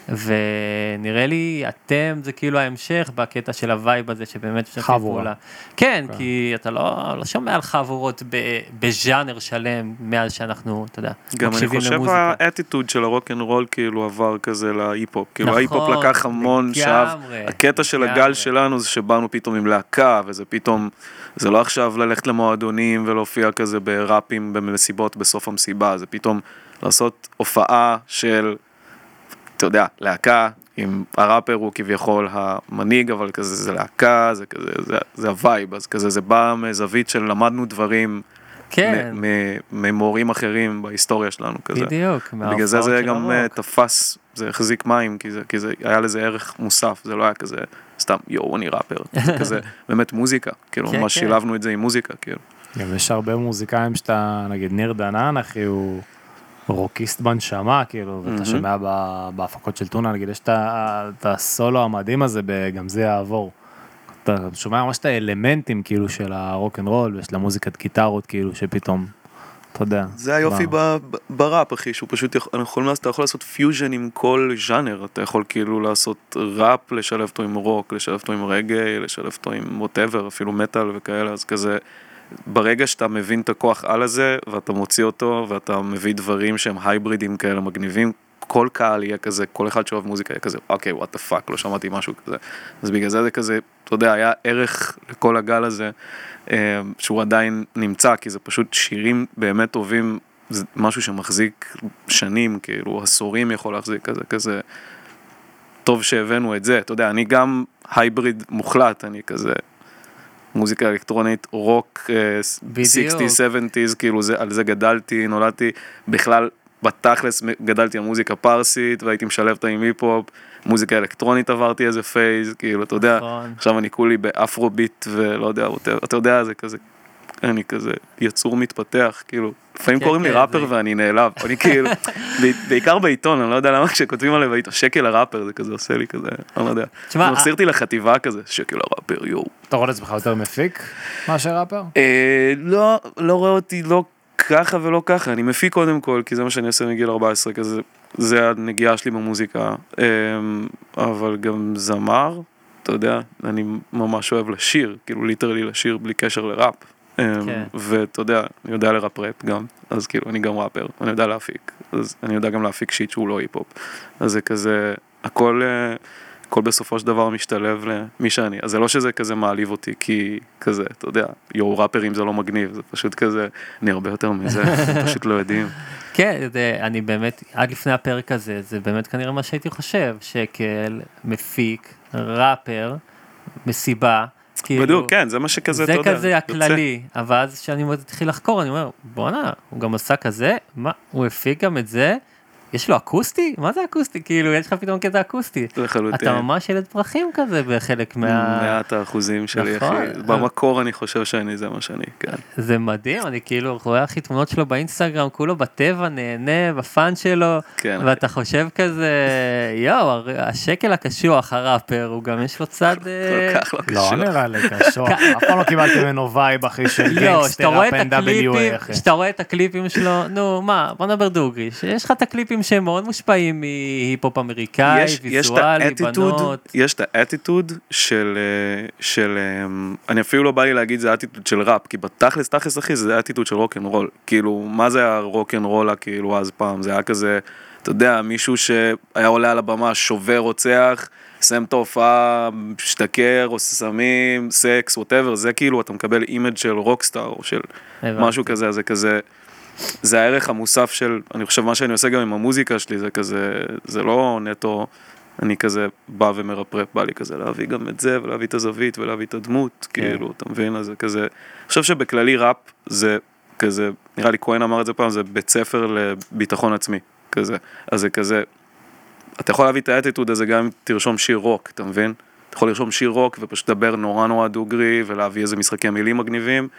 [SPEAKER 6] ונראה לי, אתם זה כאילו ההמשך בקטע של הווייב הזה, שבאמת משתפים פעולה. כן, כי אתה לא, לא שומע על חבורות בז'אנר שלם, מאז שאנחנו, אתה יודע,
[SPEAKER 8] גם אני חושב האטיטוד של הרוק אנד רול כאילו עבר כזה להיפ-הופ. כאילו ההיפ-הופ לקח המון שעה. הקטע של הגל שלנו זה שבאנו פתאום עם להקה, וזה פתאום, זה לא עכשיו ללכת למועדונים ולהופיע כזה בראפים, במסיבות בסוף המסיבה, זה פתאום לעשות הופעה של, אתה יודע, להקה, עם הראפר הוא כביכול המנהיג, אבל כזה זה להקה, זה כזה, זה, זה הווייב, אז כזה זה בא מזווית של למדנו דברים,
[SPEAKER 6] כן.
[SPEAKER 8] ממורים אחרים בהיסטוריה שלנו כזה.
[SPEAKER 6] בדיוק.
[SPEAKER 8] בגלל זה זה גם תפס, זה החזיק מים, כי זה, כי זה היה לזה ערך מוסף, זה לא היה כזה, סתם, יו, אני ראפר, זה כזה, באמת מוזיקה, כאילו, ממש שילבנו את זה עם מוזיקה, כאילו. גם
[SPEAKER 7] יש הרבה מוזיקאים שאתה, נגיד, ניר דנן, אחי, הוא רוקיסט בנשמה, כאילו, ואתה שומע בהפקות של טונה, נגיד, יש את הסולו המדהים הזה, גם זה יעבור. אתה שומע ממש את האלמנטים, כאילו, של הרוק אנד רול, ושל המוזיקת גיטרות, כאילו, שפתאום, אתה יודע.
[SPEAKER 8] זה היופי בראפ, אחי, שהוא פשוט, אתה יכול לעשות פיוז'ן עם כל ז'אנר, אתה יכול כאילו לעשות ראפ, לשלב אותו עם רוק, לשלב אותו עם רגעי, לשלב אותו עם whatever, אפילו מטל וכאלה, אז כזה, ברגע שאתה מבין את הכוח על הזה, ואתה מוציא אותו, ואתה מביא דברים שהם הייברידים כאלה מגניבים, כל קהל יהיה כזה, כל אחד שאוהב מוזיקה יהיה כזה, אוקיי, what the fuck, לא שמעתי משהו כזה. אז בגלל זה זה כזה, אתה יודע, היה ערך לכל הגל הזה, שהוא עדיין נמצא, כי זה פשוט שירים באמת טובים, זה משהו שמחזיק שנים, כאילו, עשורים יכול להחזיק כזה, כזה, טוב שהבאנו את זה, אתה יודע, אני גם הייבריד מוחלט, אני כזה, מוזיקה אלקטרונית, רוק, שישים, שבעים, כאילו, זה, על זה גדלתי, נולדתי, בכלל, בתכלס גדלתי על מוזיקה פרסית, והייתי משלבת עם היפ-הופ, מוזיקה אלקטרונית עברתי איזה פייז, כאילו, אתה יודע, עכשיו אני כולי באפרוביט, ולא יודע, אתה יודע, זה כזה, אני כזה יצור מתפתח, כאילו, לפעמים קוראים לי ראפר ואני נעלב, אני כאילו, בעיקר בעיתון, אני לא יודע למה כשכותבים עליו בעיתון, שקל הראפר, זה כזה עושה לי כזה, אני לא יודע, אני מחזיר אותי לחטיבה כזה, שקל הראפר, יואו.
[SPEAKER 7] אתה רואה לעצמך יותר מפיק מאשר ראפר?
[SPEAKER 8] לא, לא רואה אותי, לא ככה ולא ככה, אני מפיק קודם כל, כי זה מה שאני עושה מגיל ארבע עשרה, כזה, זה הנגיעה שלי במוזיקה, אבל גם זמר, אתה יודע, אני ממש אוהב לשיר, כאילו ליטרלי לשיר בלי קשר לראפ, ואתה יודע, אני יודע לראפ ראפ גם, אז כאילו אני גם ראפר, אני יודע להפיק, אז אני יודע גם להפיק שיט שהוא לא היפ-הופ, אז זה כזה, הכל, הכל בסופו של דבר משתלב למי שאני, אז זה לא שזה כזה מעליב אותי, כי כזה, אתה יודע, יו ראפרים זה לא מגניב, זה פשוט כזה, אני הרבה יותר מזה, פשוט לא יודעים.
[SPEAKER 6] כן, זה, אני באמת, עד לפני הפרק הזה, זה באמת כנראה מה שהייתי חושב, שקל, מפיק, ראפר, מסיבה, כאילו,
[SPEAKER 8] בדיוק, כן, זה מה שכזה, אתה יודע.
[SPEAKER 6] זה כזה הכללי, אבל אז כשאני מתחיל לחקור, אני אומר, בוא'נה, הוא גם עושה כזה, מה, הוא הפיק גם את זה, יש לו אקוסטי? מה זה אקוסטי? כאילו, יש לך פתאום קטע אקוסטי.
[SPEAKER 8] לחלוטין.
[SPEAKER 6] אתה ממש ילד פרחים כזה בחלק מה...
[SPEAKER 8] מעט האחוזים שלי, אחי. במקור אני חושב שאני, זה מה שאני, כן.
[SPEAKER 6] זה מדהים, אני כאילו רואה הכי תמונות שלו באינסטגרם, כולו בטבע, נהנה, בפאן שלו, ואתה חושב כזה, יואו, השקל הקשוח, הראפר, הוא גם יש לו צד...
[SPEAKER 8] כל כך לא קשוח.
[SPEAKER 7] לא נראה לי קשוח. אף פעם לא קיבלתי ממנו וייב, אחי, של גנגסטר, אפ אנד דאבליו איי, אחי.
[SPEAKER 6] שאתה רואה את הקליפים שלו, נו, מה, בוא נדבר דוגרי, שיש לך את הקליפים שהם מאוד מושפעים מהיפ-הופ אמריקאי, ויזואלי, בנות.
[SPEAKER 8] יש את האטיטוד של, של, אני אפילו לא בא לי להגיד זה האטיטוד של ראפ, כי בתכלס, תכלס אחי, זה האטיטוד של רוק אנד רול. כאילו, מה זה הרוק אנד רול, כאילו, אז פעם? זה היה כזה, אתה יודע, מישהו שהיה עולה על הבמה, שובר, רוצח, סיים את ההופעה, משתכר, עושה סמים, סקס, whatever, זה כאילו, אתה מקבל אימג' של רוקסטאר, או של משהו כזה, זה כזה, זה הערך המוסף של, אני חושב מה שאני עושה גם עם המוזיקה שלי, זה כזה, זה לא נטו, אני כזה בא ומרפרפ, בא לי כזה להביא גם את זה, ולהביא את הזווית, ולהביא את הדמות, כאילו, אתה מבין? אז זה כזה, אני חושב שבכללי ראפ, זה כזה, נראה לי כהן אמר את זה פעם, זה בית ספר לביטחון עצמי, כזה, אז זה כזה, אתה יכול להביא את האטיטוד הזה גם אם תרשום שיר רוק, אתה מבין? אתה יכול לרשום שיר רוק, ופשוט לדבר נורא נורא דוגרי, ולהביא איזה משחקי מילים מגניבים,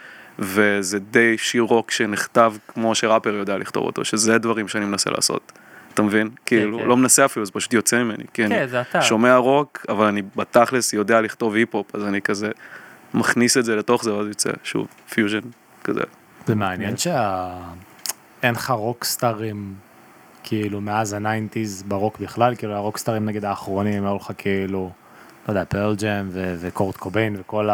[SPEAKER 8] וזה די שיר רוק שנכתב כמו שראפר יודע לכתוב אותו, שזה דברים שאני מנסה לעשות. אתה מבין? כאילו, לא מנסה אפילו, זה פשוט יוצא ממני. כן, זה אתה. שומע רוק, אבל אני בתכלס יודע לכתוב היפ-הופ, אז אני כזה מכניס את זה לתוך זה, ואז יוצא, שוב, פיוז'ן, כזה.
[SPEAKER 7] זה מעניין שאין לך רוקסטרים כאילו מאז ה-תשעים ברוק בכלל, כאילו הרוקסטרים נגד האחרונים, היו לך כאילו, לא יודע, פרל ג'ם וקורט קוביין וכל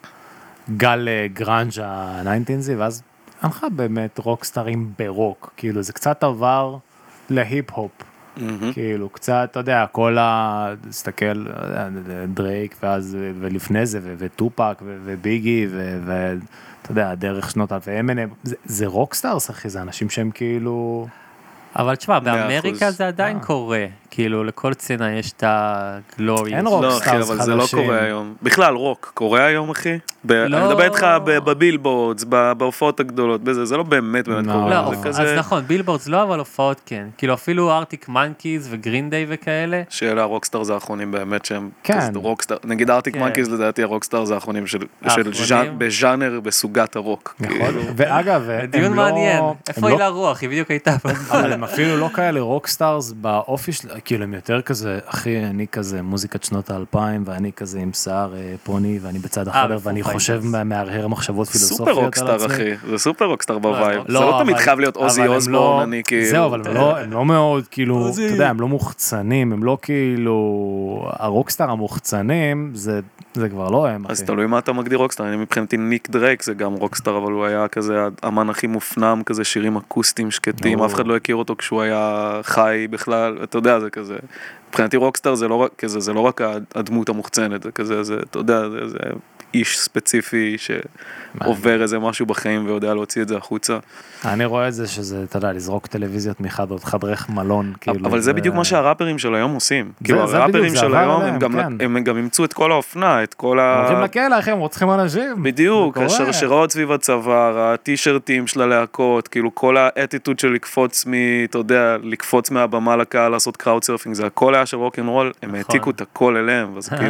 [SPEAKER 7] הגל גרנג' ה-תשעים, ואז הנך באמת רוקסטרים ברוק, כאילו זה קצת עבר להיפ-הופ, כאילו קצת, אתה יודע, כל ה... תסתכל, דרייק ואז, ולפני זה, וטופק וביגי, ואתה יודע, דרך שנות ה-אמנם, זה רוקסטארס, אחי, זה אנשים שהם כאילו...
[SPEAKER 6] אבל תשמע, באמריקה זה עדיין קורה, כאילו לכל צנה יש את הגלורי.
[SPEAKER 7] אין רוקסטארס חדשים.
[SPEAKER 8] לא, אחי, אבל זה לא קורה היום. בכלל, רוק, קורה היום, אחי? אני מדבר איתך בבילבורדס, בהופעות הגדולות, בזה, זה לא באמת באמת קורה.
[SPEAKER 6] לא, אז נכון, בילבורדס לא, אבל הופעות כן. כאילו אפילו ארטיק מנקיז וגרין דיי וכאלה.
[SPEAKER 8] שאלה הרוקסטארס האחרונים באמת שהם...
[SPEAKER 7] כן.
[SPEAKER 8] נגיד ארטיק מנקיז לדעתי הרוקסטארס האחרונים של בז'אנר, בסוגת הרוק.
[SPEAKER 7] נכון. ואגב,
[SPEAKER 6] דיון מעניין. איפה היא לרוח? היא בדיוק הייתה פה.
[SPEAKER 7] אבל הם אפילו לא כאלה רוקסטארס באופי של... כאילו הם יותר כזה, אחי, אני כזה מוזיקת שנות האלפיים, ואני כזה עם שיער פוני, ואני בצד החדר, ואני חושב מהרהר מחשבות פילוסופיות.
[SPEAKER 8] סופר רוקסטאר, אחי. זה סופר רוקסטאר בווייב. זה לא תמיד חייב להיות אוזי אוסבורן, אני כאילו...
[SPEAKER 7] זהו, אבל הם לא מאוד, כאילו, אתה יודע, הם לא מוחצנים, הם לא כאילו... הרוקסטאר המוחצנים, זה כבר לא הם, אחי.
[SPEAKER 8] אז תלוי מה אתה מגדיר רוקסטאר. אני מבחינתי ניק דרייק זה גם רוקסטאר, אבל הוא היה כזה האמן הכי מופנם, כזה שירים אקוסטיים שקטים, אף אחד לא הכיר אותו כשהוא היה חי בכלל, אתה יודע, זה כזה. מבחינתי רוקסטאר זה לא רק כזה, זה לא רק הדמות המוחצנת, זה כזה, זה, אתה יודע, זה, זה איש ספציפי שעובר איזה משהו בחיים ויודע להוציא את זה החוצה.
[SPEAKER 7] אני רואה את זה שזה, אתה יודע, לזרוק טלוויזיות מחדות, חדרך מלון, כאילו.
[SPEAKER 8] אבל זה בדיוק מה שהראפרים של היום עושים. כאילו, הראפרים של היום, הם גם אימצו את כל האופנה, את כל ה...
[SPEAKER 7] הולכים לכלא, אחי, הם רוצחים אנשים.
[SPEAKER 8] בדיוק, השרשראות סביב הצוואר, הטישרטים של הלהקות, כאילו, כל האטיטוד של לקפוץ מ... אתה יודע, לקפוץ מהבמה לקהל, לעשות קראוד סרפינג, זה הכל היה של רוק'נ'רול, הם העתיקו את הכל אליהם, וזה כאילו,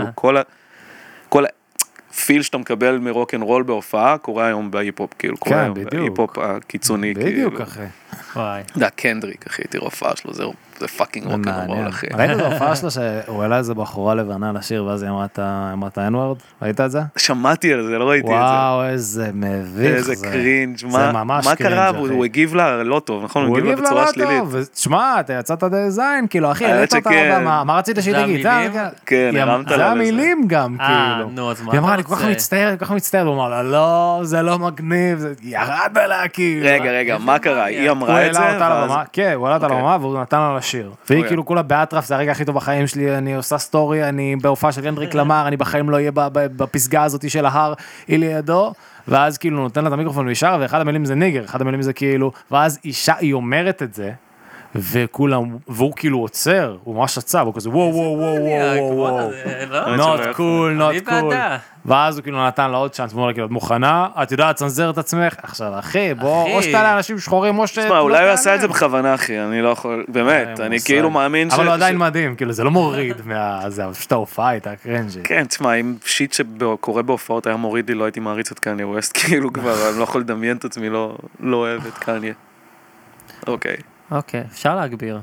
[SPEAKER 8] כל ה... פיל שאתה מקבל מרוק'נ'רול בהופעה, קורה היום בהיפ-הופ, כאילו, קורה היום בהיפ-הופ הקיצוני, כאילו.
[SPEAKER 7] בדיוק, אחי.
[SPEAKER 6] וואי.
[SPEAKER 8] זה קנדריק, אחי, תראו הופעה שלו, זה פאקינג רוק'נ'רול, אחי.
[SPEAKER 7] ראית את ההופעה שלו שהוא העלה איזה בחורה לבנה לשיר, ואז היא אמרה את האנוורד? ראית את זה?
[SPEAKER 8] שמעתי על זה, לא ראיתי את זה.
[SPEAKER 7] וואו, איזה מביך זה.
[SPEAKER 8] איזה קרינג', מה קרה? הוא הגיב לה לא טוב, נכון? הוא הגיב לה בצורה שלילית.
[SPEAKER 7] שמע, אתה יצאת דיזיין, כאילו, אחי, העלית אותה לבמה, מה רצית שהיא תגיד?
[SPEAKER 8] כן, הרמת לה
[SPEAKER 7] זה המילים גם,
[SPEAKER 6] אה,
[SPEAKER 7] כאילו.
[SPEAKER 6] נו, אז מה
[SPEAKER 7] היא אמרה,
[SPEAKER 6] אתה
[SPEAKER 7] אני כל כך
[SPEAKER 6] רוצה?
[SPEAKER 7] מצטער, כל כך מצטער, הוא אמר לה, לא, זה לא מגניב, זה ירד עליה, כאילו.
[SPEAKER 8] רגע, רגע, מה קרה? היא אמרה את זה?
[SPEAKER 7] כן, הוא העלה אותה לבמה, והוא נתן לה לשיר. והיא כאילו כולה באטרף, זה הרגע הכי טוב בחיים שלי, אני עושה סטורי, אני בהופעה של קנדריק למר, אני בחיים לא אהיה בפסגה הזאת של ההר, היא לידו, ואז כאילו נותן לה את המיקרופון וישר, ואחד המילים זה ניגר, אחד המילים זה כאילו, ואז אישה, היא אומרת את זה, וכולם, והוא כאילו עוצר, הוא ממש עצב, הוא כזה וואו וואו וואו וואו וואו, not cool, not cool, ואז הוא כאילו נתן לה עוד צ'אנס, הוא אומר לה כאילו, את מוכנה? את יודעת, צנזר את עצמך? עכשיו, אחי, בוא, או שאתה לאנשים שחורים, או ש...
[SPEAKER 8] תשמע, אולי הוא עשה את זה בכוונה, אחי, אני לא יכול, באמת, אני כאילו מאמין ש...
[SPEAKER 7] אבל הוא עדיין מדהים, כאילו, זה לא מוריד מהזה, אבל פשוט ההופעה הייתה קרנג'ית.
[SPEAKER 8] כן, תשמע, אם שיט שקורה בהופעות היה מוריד לי, לא הייתי מעריץ את קניה ווסט, כאילו כבר, אני לא יכול לדמיין את עצמי, לא אוהב את קניה. אוקיי.
[SPEAKER 6] אוקיי, אפשר להגביר.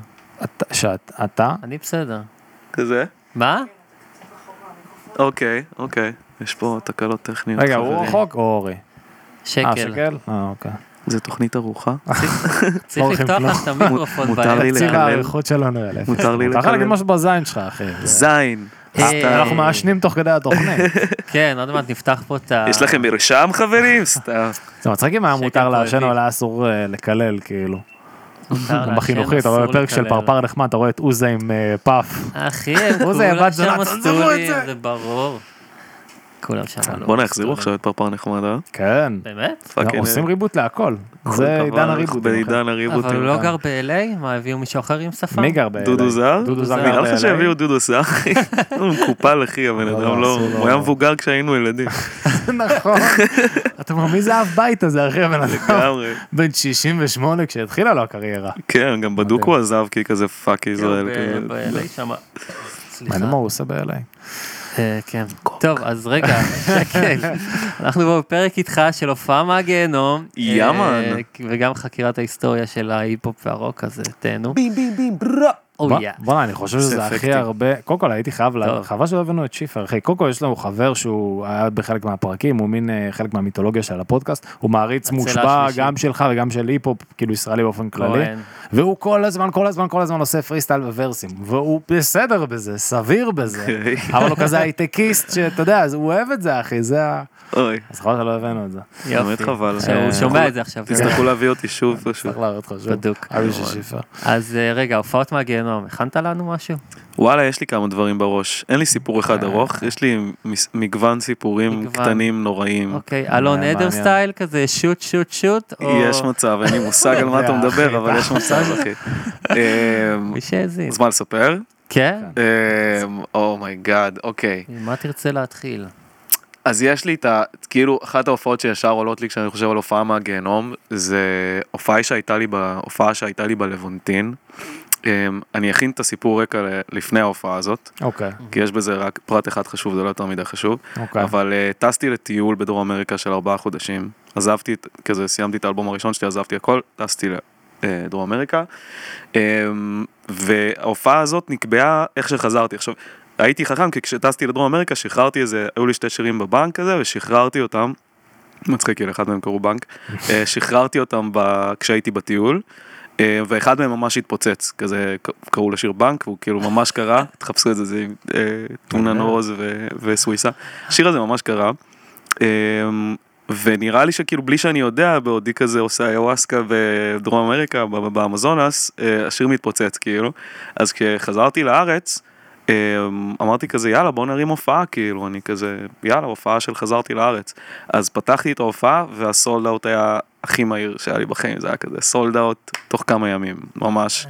[SPEAKER 7] שאתה?
[SPEAKER 6] אני בסדר.
[SPEAKER 8] כזה?
[SPEAKER 6] מה?
[SPEAKER 8] אוקיי, אוקיי. יש פה תקלות טכניות.
[SPEAKER 7] רגע, הוא רחוק או אורי?
[SPEAKER 6] שקל.
[SPEAKER 7] אה, שקל? אה, אוקיי.
[SPEAKER 8] זה תוכנית ארוחה.
[SPEAKER 6] צריך לפתוח לך את המיקרופון.
[SPEAKER 8] מותר לי
[SPEAKER 7] תקציב
[SPEAKER 8] לקלל.
[SPEAKER 7] העריכות שלנו אלף.
[SPEAKER 8] מותר לי
[SPEAKER 7] מותר לך
[SPEAKER 8] לקלל.
[SPEAKER 7] להגיד משהו בזין שלך, אחי.
[SPEAKER 8] זין.
[SPEAKER 7] אנחנו מעשנים תוך כדי התוכנית.
[SPEAKER 6] כן, עוד מעט נפתח פה את ה...
[SPEAKER 8] יש לכם מרשם, חברים? סתם.
[SPEAKER 7] זה מצחיק אם היה מותר לעשן, אבל היה אסור לקלל, כאילו. בחינוכית, אתה רואה בפרק של פרפר נחמד, אתה רואה את עוזה עם פאף.
[SPEAKER 6] אחי, הם כולם שם מסטורים, זה ברור. כולם שם.
[SPEAKER 8] בוא נחזירו עכשיו את פרפר נחמד, אה?
[SPEAKER 7] כן.
[SPEAKER 6] באמת?
[SPEAKER 7] עושים ריבוט להכל. זה עידן הריבוט.
[SPEAKER 8] בעידן הריבוט.
[SPEAKER 6] אבל הוא לא גר ב-אל איי? מה, הביאו מישהו אחר עם שפה?
[SPEAKER 7] מי גר ב-אל איי?
[SPEAKER 8] דודו זר?
[SPEAKER 7] דודו זר.
[SPEAKER 8] נראה לך שהביאו דודו זר, אחי. הוא מקופל, אחי, הבן אדם לא... הוא היה מבוגר כשהיינו ילדים.
[SPEAKER 7] נכון. אתה אומר, מי זה אף בית הזה, אחי, הבן אדם?
[SPEAKER 8] לגמרי.
[SPEAKER 7] בן שישים ושמונה כשהתחילה לו הקריירה.
[SPEAKER 8] כן, גם בדוק הוא עזב, כי כזה פאק ישראל.
[SPEAKER 6] ב-אל איי שם.
[SPEAKER 7] מה מה הוא עושה ב-אל איי?
[SPEAKER 6] כן. טוב, אז רגע, שקל. אנחנו פה בפרק איתך של הופעה מהגיהנום.
[SPEAKER 8] יאמן.
[SPEAKER 6] וגם חקירת ההיסטוריה של ההיפ-הופ והרוק, אז תהנו.
[SPEAKER 8] בים בים בים ברה.
[SPEAKER 7] בוא'נה, אני חושב שזה הכי הרבה, קודם כל הייתי חייב, חבל שלא הבאנו את שיפר, אחי, קודם כל יש לנו חבר שהוא היה בחלק מהפרקים, הוא מין חלק מהמיתולוגיה של הפודקאסט, הוא מעריץ מושבע גם שלך וגם של היפ-הופ, כאילו ישראלי באופן כללי, והוא כל הזמן, כל הזמן, כל הזמן עושה פרי סטייל וורסים, והוא בסדר בזה, סביר בזה, אבל הוא כזה הייטקיסט, שאתה יודע, הוא אוהב את זה, אחי, זה ה...
[SPEAKER 8] אוי.
[SPEAKER 7] אז חבל שלא הבאנו את זה.
[SPEAKER 8] באמת חבל.
[SPEAKER 6] הוא שומע את זה עכשיו.
[SPEAKER 8] תצטרכו להביא אותי שוב פשוט.
[SPEAKER 7] צריך להראות לך שוב.
[SPEAKER 6] בדוק.
[SPEAKER 7] אבי ששיפה.
[SPEAKER 6] אז רגע, הופעות מהגיהנום, הכנת לנו משהו?
[SPEAKER 8] וואלה, יש לי כמה דברים בראש. אין לי סיפור אחד ארוך, יש לי מגוון סיפורים קטנים נוראים.
[SPEAKER 6] אוקיי, אלון אדר סטייל כזה, שוט, שוט, שוט?
[SPEAKER 8] יש מצב, אין לי מושג על מה אתה מדבר, אבל יש מצב, אחי.
[SPEAKER 6] מי שהזין.
[SPEAKER 8] אז מה לספר?
[SPEAKER 6] כן.
[SPEAKER 8] אומייגאד, אוקיי.
[SPEAKER 6] מה תרצה להתחיל?
[SPEAKER 8] אז יש לי את ה... כאילו, אחת ההופעות שישר עולות לי כשאני חושב על הופעה מהגיהנום, זה הופעה שהייתה לי, בהופעה שהייתה לי בלוונטין. אני אכין את הסיפור רקע לפני ההופעה הזאת.
[SPEAKER 7] אוקיי.
[SPEAKER 8] כי יש בזה רק פרט אחד חשוב, זה לא יותר מדי חשוב.
[SPEAKER 7] אוקיי.
[SPEAKER 8] אבל טסתי לטיול בדרום אמריקה של ארבעה חודשים. עזבתי, כזה, סיימתי את האלבום הראשון שלי, עזבתי הכל, טסתי לדרום אמריקה. וההופעה הזאת נקבעה איך שחזרתי. עכשיו, הייתי חכם, כי כשטסתי לדרום אמריקה, שחררתי איזה, היו לי שתי שירים בבנק הזה, ושחררתי אותם, מצחיק, כי לאחד מהם קראו בנק, שחררתי אותם כשהייתי בטיול, ואחד מהם ממש התפוצץ, כזה קראו לשיר בנק, והוא כאילו ממש קרה, תחפשו את זה, זה טונה נורוז וסוויסה, השיר הזה ממש קרה, ונראה לי שכאילו בלי שאני יודע, בעודי כזה עושה איוואסקה בדרום אמריקה, באמזונס, השיר מתפוצץ כאילו, אז כשחזרתי לארץ, אמרתי כזה, יאללה, בוא נרים הופעה, כאילו, אני כזה, יאללה, הופעה של חזרתי לארץ. אז פתחתי את ההופעה, והסולד אאוט היה הכי מהיר שהיה לי בחיים, זה היה כזה, סולד אאוט תוך כמה ימים, ממש.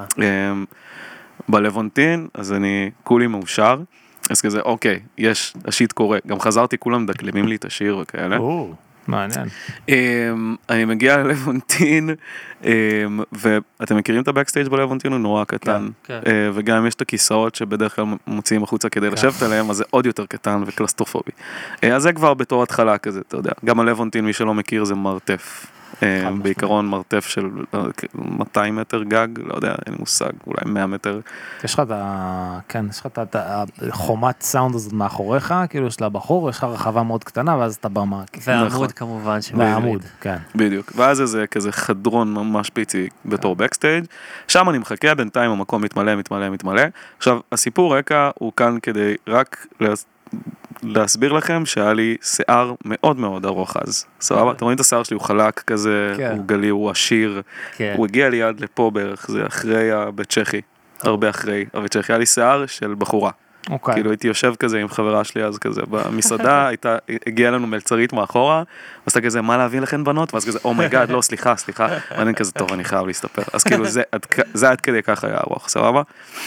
[SPEAKER 8] בלוונטין, אז אני כולי מאושר, אז כזה, אוקיי, יש, השיט קורה, גם חזרתי, כולם מדקלמים לי את השיר וכאלה.
[SPEAKER 7] או, מעניין.
[SPEAKER 8] אני מגיע ללוונטין, ואתם מכירים את הבקסטייג' בלוונטין, הוא נורא קטן, וגם יש את הכיסאות שבדרך כלל מוציאים החוצה כדי לשבת עליהם, אז זה עוד יותר קטן וקלסטרופובי. אז זה כבר בתור התחלה כזה, אתה יודע, גם הלוונטין, מי שלא מכיר, זה מרתף. בעיקרון מרתף של מאתיים מטר גג, לא יודע, אין לי מושג, אולי מאה מטר.
[SPEAKER 7] יש לך את ה... כן, יש לך את החומת סאונד הזאת מאחוריך, כאילו יש לה בחור, יש לך רחבה מאוד קטנה, ואז אתה במה.
[SPEAKER 6] והעמוד כמובן.
[SPEAKER 7] והעמוד, כן.
[SPEAKER 8] בדיוק, ואז זה כזה חדרון ממש פיצי בתור בקסטייג', שם אני מחכה, בינתיים המקום מתמלא, מתמלא, מתמלא. עכשיו, הסיפור רקע הוא כאן כדי רק להסביר לכם שהיה לי שיער מאוד מאוד ארוך אז. סבבה? אתם רואים את השיער שלי, הוא חלק כזה, הוא גלי, הוא עשיר. הוא הגיע לי עד לפה בערך, זה אחרי הבית צ'כי, הרבה אחרי הבית צ'כי. היה לי שיער של בחורה. כאילו הייתי יושב כזה עם חברה שלי אז כזה, במסעדה הגיעה לנו מלצרית מאחורה, אז אתה כזה, מה להביא לכן בנות? ואז כזה, אומייגאד, לא, סליחה, סליחה. ואני כזה, טוב, אני חייב להסתפר. אז כאילו זה עד כדי ככה היה ארוך, סבבה?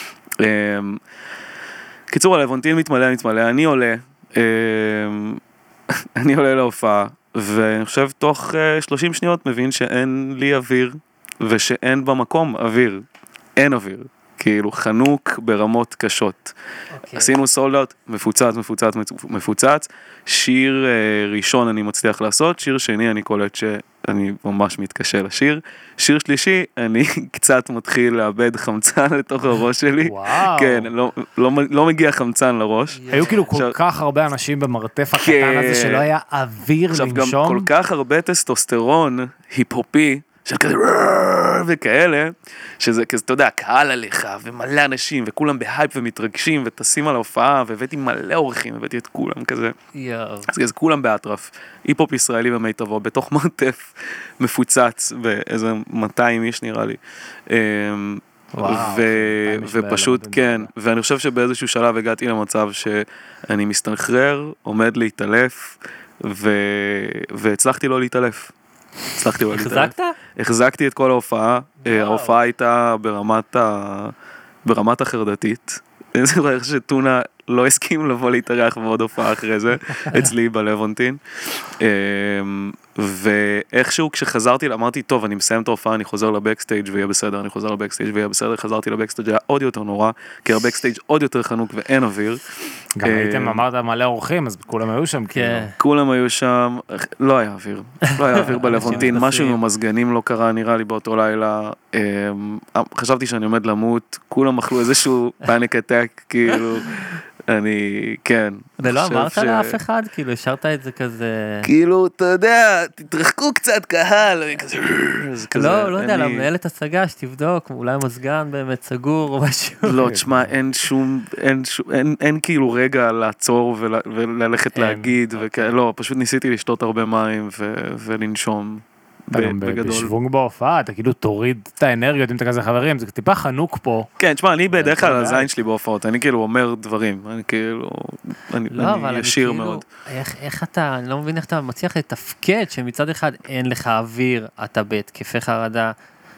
[SPEAKER 8] קיצור, הלוונטין מתמלא, מתמלא, אני עולה, אני עולה להופעה, ואני חושב תוך שלושים שניות מבין שאין לי אוויר, ושאין במקום אוויר, אין אוויר, כאילו חנוק ברמות קשות. עשינו סולד-אאוט, מפוצץ, מפוצץ, מפוצץ, שיר ראשון אני מצליח לעשות, שיר שני אני קולט שאני ממש מתקשה לשיר, שיר שלישי אני קצת מתחיל לאבד חמצן לתוך הראש שלי,
[SPEAKER 7] וואו.
[SPEAKER 8] כן, לא, לא, לא מגיע חמצן לראש.
[SPEAKER 7] היו כאילו כל כך הרבה אנשים במרתף הקטן הזה שלא היה אוויר לנשום.
[SPEAKER 8] עכשיו גם כל כך הרבה טסטוסטרון היפופי, של כזה וכאלה, שזה כזה, אתה יודע, קהל עליך, ומלא אנשים, וכולם בהייפ ומתרגשים, וטסים על ההופעה, והבאתי מלא אורחים, הבאתי את כולם כזה. אז כזה, כולם באטרף, היפ-הופ ישראלי במיטבו, בתוך מרתף מפוצץ, באיזה מאתיים איש נראה לי. ופשוט, כן, ואני חושב שבאיזשהו שלב הגעתי למצב שאני מסתנחרר, עומד להתעלף, והצלחתי לא להתעלף. הצלחתי לא להתעלף.
[SPEAKER 6] החזקת?
[SPEAKER 8] החזקתי את כל ההופעה, ההופעה הייתה ברמת החרדתית. אני זוכר איך שטונה לא הסכים לבוא להתארח בעוד הופעה אחרי זה, אצלי בלוונטין. ואיכשהו כשחזרתי, אמרתי, טוב, אני מסיים את ההופעה, אני חוזר לבקסטייג' ויהיה בסדר, אני חוזר לבקסטייג' ויהיה בסדר, חזרתי לבקסטייג', היה עוד יותר נורא, כי הבקסטייג' עוד יותר חנוק ואין אוויר.
[SPEAKER 7] גם הייתם, אמרת מלא אורחים, אז כולם היו שם, כאילו.
[SPEAKER 8] כולם היו שם, לא היה אוויר, לא היה אוויר בלוונטין, משהו עם המזגנים לא קרה, נראה לי באותו לילה, חשבתי שאני עומד למות, כולם אכלו איזשהו פאניק אטק, כאילו, אני, כן.
[SPEAKER 6] ולא אמרת לאף אחד? כאילו, השארת את זה כזה...
[SPEAKER 8] כאילו, אתה יודע, תתרחקו קצת קהל, כזה...
[SPEAKER 6] לא, לא יודע, למנהלת הצגה, שתבדוק, אולי מזגן באמת סגור או משהו.
[SPEAKER 8] לא, תשמע, אין שום, אין כאילו רגע לעצור וללכת להגיד, לא, פשוט ניסיתי לשתות הרבה מים ולנשום.
[SPEAKER 7] בשוונג בהופעה, אתה כאילו תוריד את האנרגיות אם אתה כזה חברים, זה טיפה חנוק פה.
[SPEAKER 8] כן, תשמע, אני בדרך כלל הזין שלי בהופעות, אני כאילו אומר דברים, אני כאילו, אני ישיר מאוד.
[SPEAKER 6] איך אתה, אני לא מבין איך אתה מצליח לתפקד, שמצד אחד אין לך אוויר, אתה בהתקפי חרדה,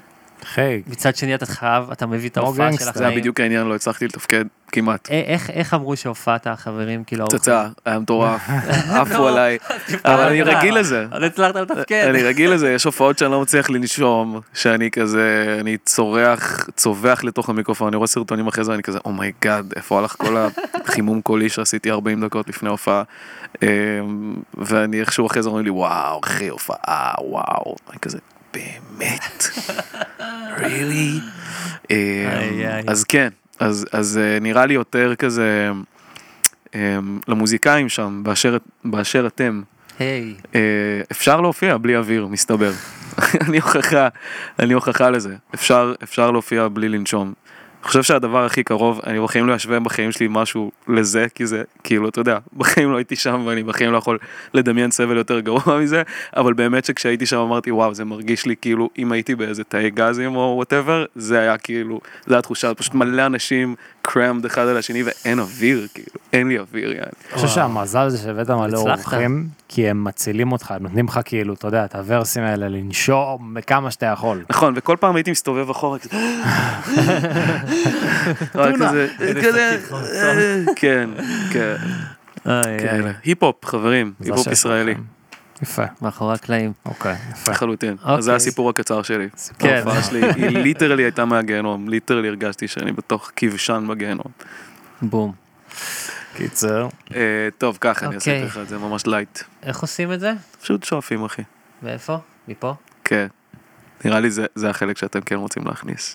[SPEAKER 6] מצד שני אתה חייב, אתה מביא את ההופעה של החיים.
[SPEAKER 8] זה היה בדיוק העניין, לא הצלחתי לתפקד כמעט.
[SPEAKER 6] איך אמרו שהופעת החברים, כאילו...
[SPEAKER 8] תצא, היה מטורף, עפו עליי, אבל אני רגיל לזה.
[SPEAKER 6] אז הצלחת לתפקד.
[SPEAKER 8] אני רגיל לזה, יש הופעות שאני לא מצליח לנשום, שאני כזה, אני צורח, צובח לתוך המיקרופון, אני רואה סרטונים אחרי זה, אני כזה, אומייגאד, איפה הלך כל החימום קולי שעשיתי ארבעים דקות לפני הופעה, ואני איכשהו אחרי זה אומרים לי, וואו, אחרי הופעה, וואו, אני כזה, באמת? really? אז כן, אז נראה לי יותר כזה, למוזיקאים שם, באשר אתם, אפשר להופיע בלי אוויר, מסתבר. אני הוכחה, אני הוכחה לזה. אפשר להופיע בלי לנשום. אני חושב שהדבר הכי קרוב, אני בחיים לא אשווה בחיים שלי משהו לזה, כי זה, כאילו, אתה יודע, בחיים לא הייתי שם, ואני בחיים לא יכול לדמיין סבל יותר גרוע מזה, אבל באמת שכשהייתי שם אמרתי, וואו, זה מרגיש לי כאילו, אם הייתי באיזה תאי גזים או whatever, זה היה כאילו, זה היה תחושה, פשוט מלא אנשים קרמד אחד על השני, ואין אוויר, כאילו, אין לי אוויר, יעני.
[SPEAKER 7] אני חושב שהמזל זה שהבאת מלא אורחים, כי הם מצילים אותך, נותנים לך כאילו, אתה יודע, את הוורסים האלה, לנשום בכמה שאתה יכול.
[SPEAKER 8] נכון, וכל פעם הייתי מסתובב אחורה, כזה, כזה, כן, כן, היפ-הופ, חברים, היפ-הופ ישראלי.
[SPEAKER 7] יפה.
[SPEAKER 6] מאחורי הקלעים.
[SPEAKER 7] אוקיי, יפה.
[SPEAKER 8] חלוטין. אז זה הסיפור הקצר שלי. ההופעה שלי, היא ליטרלי הייתה מהגיהנום, ליטרלי הרגשתי שאני בתוך כבשן בגיהנום.
[SPEAKER 6] בום.
[SPEAKER 7] קיצר.
[SPEAKER 8] טוב, ככה אני אעשה לך את זה, ממש לייט.
[SPEAKER 6] איך עושים את זה?
[SPEAKER 8] פשוט שואפים, אחי.
[SPEAKER 6] ואיפה? מפה?
[SPEAKER 8] כן. נראה לי זה החלק שאתם כן רוצים להכניס.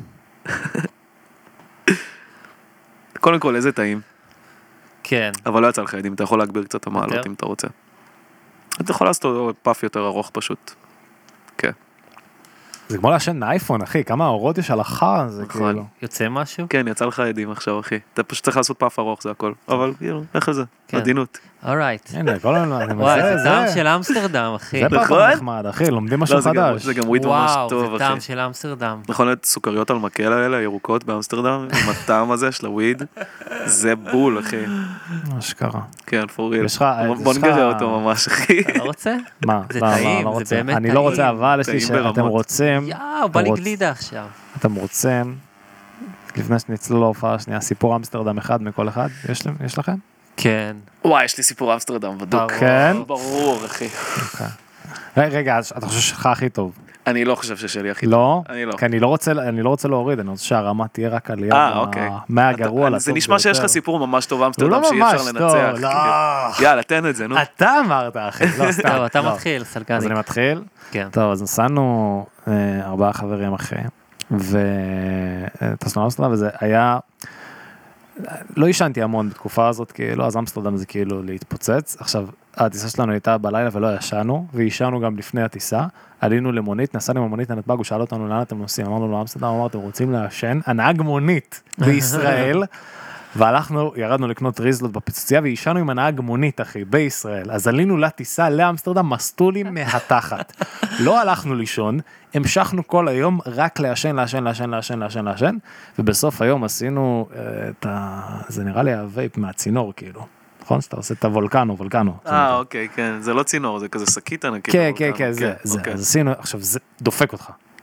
[SPEAKER 8] קודם כל, איזה טעים.
[SPEAKER 6] כן.
[SPEAKER 8] אבל לא יצא לך ידים, אתה יכול להגביר קצת המעלות אם אתה רוצה. אתה יכול לעשות פאף יותר ארוך פשוט. כן.
[SPEAKER 7] זה כמו לעשן אייפון, אחי, כמה אורות יש על החר, זה כאילו.
[SPEAKER 6] יוצא משהו?
[SPEAKER 8] כן, יצא לך ידים עכשיו, אחי. אתה פשוט צריך לעשות פאף ארוך, זה הכל. אבל כאילו, איך זה? עדינות.
[SPEAKER 6] אורייט.
[SPEAKER 7] הנה, כל הזמן.
[SPEAKER 6] וואי, זה טעם של אמסטרדם, אחי.
[SPEAKER 7] זה פאפ נחמד, אחי, לומדים משהו חדש.
[SPEAKER 8] זה גם וויד ממש טוב, אחי.
[SPEAKER 6] וואו, זה טעם של אמסטרדם.
[SPEAKER 8] נכון, את סוכריות על מקל האלה, ירוקות באמסטרדם, עם הטעם הזה של הוויד, זה בול, אחי.
[SPEAKER 7] מה שקרה.
[SPEAKER 8] כן, פוריל. בוא נגרה אותו ממש, אחי.
[SPEAKER 6] אתה לא רוצה?
[SPEAKER 7] מה?
[SPEAKER 6] זה טעים, זה באמת טעים.
[SPEAKER 7] אני לא רוצה, אבל יש לי שאתם רוצים...
[SPEAKER 6] יאו, בא לי גלידה עכשיו.
[SPEAKER 7] אתם רוצים, לפני שנצלו להופעה השנייה, סיפור אמסטרדם אחד מכל אחד, יש לכם?
[SPEAKER 6] כן.
[SPEAKER 8] וואי, יש לי סיפור אמסטרדם בדוק.
[SPEAKER 7] כן?
[SPEAKER 8] ברור, אחי.
[SPEAKER 7] רגע, אתה חושב שלך הכי טוב?
[SPEAKER 8] אני לא חושב ששלי הכי טוב.
[SPEAKER 7] לא?
[SPEAKER 8] אני לא.
[SPEAKER 7] כי אני לא רוצה להוריד, אני רוצה שהרמה תהיה רק עלייה. מהגרוע לטוב.
[SPEAKER 8] זה נשמע שיש לך סיפור ממש טוב אמסטרדם שאי אפשר לנצח. יאללה, תן את זה, נו.
[SPEAKER 7] אתה אמרת, אחי. לא, סתם.
[SPEAKER 6] אתה מתחיל, סלגני.
[SPEAKER 7] אז אני מתחיל?
[SPEAKER 6] כן.
[SPEAKER 7] טוב, אז נסענו ארבעה חברים אחרי, וטסנו לאמסטרדם, וזה היה... לא ישנתי המון בתקופה הזאת, כאילו, אז אמסטרדם זה כאילו להתפוצץ. עכשיו, הטיסה שלנו הייתה בלילה ולא ישנו, וישנו גם לפני הטיסה. עלינו למונית, נסענו למונית לנתב"ג, הוא שאל אותנו לאן אתם נוסעים, אמרנו לו אמסטרדם, אמרנו, אתם רוצים לעשן? הנהג מונית בישראל, והלכנו, ירדנו לקנות ריזלות בפיצוצייה, וישנו עם הנהג מונית, אחי, בישראל. אז עלינו לטיסה לאמסטרדם, מסטולים מהתחת. לא הלכנו לישון, המשכנו כל היום רק לעשן, לעשן, לעשן, לעשן, לעשן, לעשן, ובסוף היום עשינו את ה... זה נראה לי הווייפ מהצינור, כאילו. נכון? שאתה עושה את הוולקנו, וולקנו.
[SPEAKER 8] אה, אוקיי, כן. זה לא צינור, זה כזה שקית ענקית.
[SPEAKER 7] כן, כן, כן, זה. אז עשינו, עכשיו, זה דופק אותך.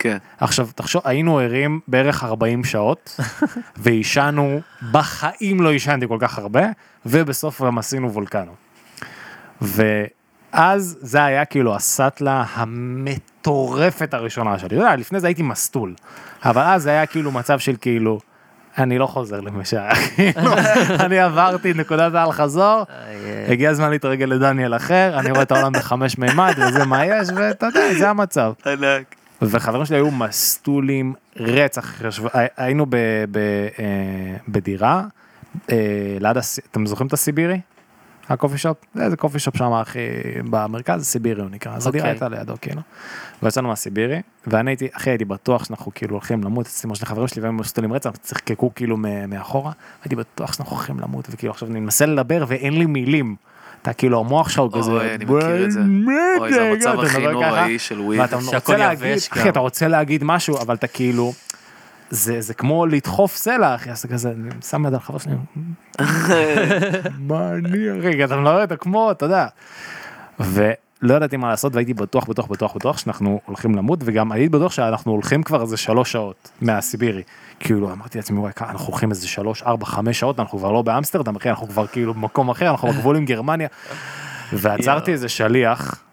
[SPEAKER 8] כן.
[SPEAKER 7] עכשיו, תחשוב, היינו ערים בערך ארבעים שעות, ואישנו, בחיים לא אישנתי כל כך הרבה, ובסוף גם עשינו וולקנו. ואז זה היה כאילו הסטלה המטורפת הראשונה שלי. אתה יודע, לפני זה הייתי מסטול, אבל אז זה היה כאילו מצב של כאילו, אני לא חוזר למשעה, אני עברתי את נקודת העל חזור, הגיע הזמן להתרגל לדניאל אחר, אני רואה את העולם בחמש מימד, וזה מה יש, ואתה יודע, זה המצב.
[SPEAKER 8] ענק.
[SPEAKER 7] וחברים שלי היו מסטולים רצח, היינו בדירה, אתם זוכרים את הסיבירי? הקופי שופ? זה קופי שופ שם הכי במרכז, סיבירי הוא נקרא, אז הדירה הייתה לידו, כאילו. ויצאנו מהסיבירי, ואני הייתי, אחי, הייתי בטוח שאנחנו כאילו הולכים למות, אצלי של חברות שלי, והם מסטולים רצח, צחקקו כאילו מאחורה, הייתי בטוח שאנחנו הולכים למות, וכאילו עכשיו אני מנסה לדבר ואין לי מילים. אתה כאילו המוח שלך כזה,
[SPEAKER 8] אוי, אני מכיר את זה. אוי, זה המצב הכי נוראי של וויד.
[SPEAKER 7] שהכל יבש, אחי, אתה רוצה להגיד משהו, אבל אתה כאילו, זה כמו לדחוף סלע, אחי, אז כזה, אני שם יד על חבר שלי, מה אני, אחי, אתה לא רואה, אתה כמו, אתה יודע. ולא ידעתי מה לעשות, והייתי בטוח, בטוח, בטוח, בטוח, שאנחנו הולכים למות, וגם הייתי בטוח שאנחנו הולכים כבר איזה שלוש שעות מהסיבירי. כאילו, אמרתי לעצמי, וואי, אנחנו הולכים איזה שלוש, ארבע, חמש שעות, אנחנו כבר לא באמסטרדם, אחי, אנחנו כבר כאילו במקום אחר, אנחנו בגבול עם גרמניה. ועצרתי איזה שליח,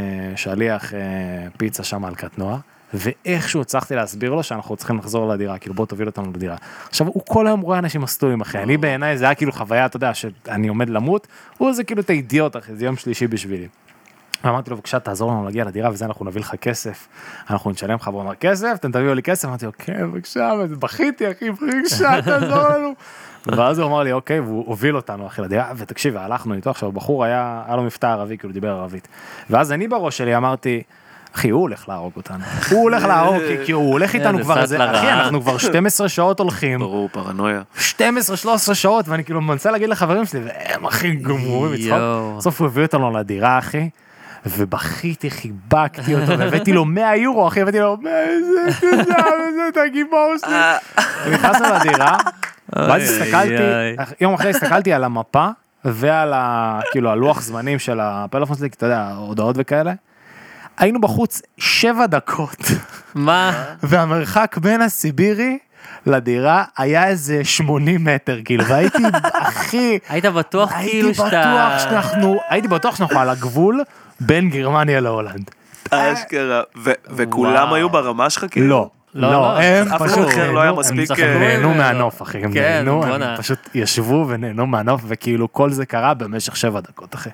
[SPEAKER 7] שליח פיצה שם על קטנוע, ואיכשהו הצלחתי להסביר לו שאנחנו צריכים לחזור לדירה, כאילו בוא תוביל אותנו לדירה. עכשיו, הוא כל היום רואה אנשים מסטולים, אחי, אני בעיניי, זה היה כאילו חוויה, אתה יודע, שאני עומד למות, הוא זה כאילו את האידיוט, אחי, זה יום שלישי בשבילי. ואמרתי לו, בבקשה, תעזור לנו להגיע לדירה, וזה אנחנו נביא לך כסף, אנחנו נשלם לך, והוא אמר, כסף, אתם תביאו לי כסף, אמרתי לו, כן, בבקשה, בכיתי, אחי, בבקשה, תעזור לנו. ואז הוא אמר לי, אוקיי, והוא הוביל אותנו, אחי, לדירה, ותקשיב, הלכנו איתו, עכשיו, הבחור היה, היה לו מבטא ערבי, כאילו דיבר ערבית. ואז אני בראש שלי אמרתי, אחי, הוא הולך להרוג אותנו. הוא הולך להרוג, כי הוא הולך איתנו כבר, אחי, אנחנו כבר שתים עשרה שעות הולכים. ברור,
[SPEAKER 8] פרנויה.
[SPEAKER 7] שתים עשרה שלוש עשרה שעות, ואני כאילו מנסה להגיד לחברים שלי, והם הכי גמורים מצחוק. בסוף הוא הביא אותנו לדירה, אחי, ובכיתי, חיבקתי אותו, והבאתי לו מאה יורו, אחי, הבאתי לו, איזה תודה, איזה את הגיבור שלי. ונכנסנו לדירה, ואז הסתכלתי, יום אחרי הסתכלתי על המפה, ועל כאילו הלוח זמנים של הפלאפון שלי, אתה יודע, הודעות וכאלה, היינו בחוץ שבע דקות.
[SPEAKER 6] מה?
[SPEAKER 7] והמרחק בין הסיבירי לדירה היה איזה שמונים מטר, כאילו, והייתי, אחי...
[SPEAKER 6] היית בטוח כאילו שאתה...
[SPEAKER 7] הייתי בטוח שאנחנו, הייתי בטוח שאנחנו על הגבול בין גרמניה להולנד.
[SPEAKER 8] אשכרה. וכולם היו ברמה שלך כאילו?
[SPEAKER 7] לא. לא, הם פשוט
[SPEAKER 8] לא היה מספיק...
[SPEAKER 7] נהנו מהנוף, אחי, הם נהנו, הם פשוט ישבו ונהנו מהנוף, וכאילו כל זה קרה במשך שבע דקות, אחי.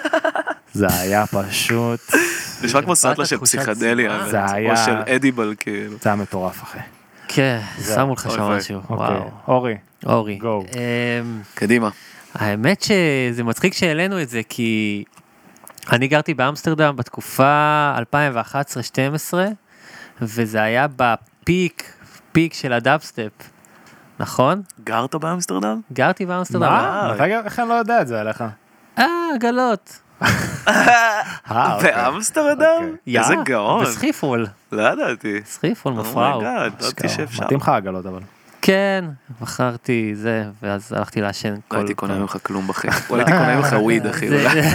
[SPEAKER 7] זה היה פשוט...
[SPEAKER 8] נשמע כמו סטלה של פסיכדליה,
[SPEAKER 7] זה היה...
[SPEAKER 8] או של אדיבל, כאילו.
[SPEAKER 7] זה היה מטורף, אחי.
[SPEAKER 6] כן, שמו לך שם משהו, וואו.
[SPEAKER 7] אורי.
[SPEAKER 6] אורי.
[SPEAKER 7] גו.
[SPEAKER 8] קדימה.
[SPEAKER 6] האמת שזה מצחיק שהעלינו את זה, כי אני גרתי באמסטרדם בתקופה אלפיים ואחת עשרה שתים עשרה, וזה היה בפיק, פיק של הדאבסטפ, נכון?
[SPEAKER 8] גרת באמסטרדם?
[SPEAKER 6] גרתי באמסטרדם.
[SPEAKER 7] מה? איך אני לא יודע את זה עליך?
[SPEAKER 6] אה, עגלות.
[SPEAKER 8] באמסטרדם? איזה גאון.
[SPEAKER 6] בסחיפול.
[SPEAKER 8] לא ידעתי.
[SPEAKER 6] סחיפול מפראו.
[SPEAKER 8] ידעתי שאפשר.
[SPEAKER 7] מתאים לך עגלות אבל.
[SPEAKER 6] כן, בחרתי זה, ואז הלכתי לעשן כל...
[SPEAKER 8] לא הייתי קונה ממך כלום בחיים. לא הייתי קונה ממך וויד, אחי.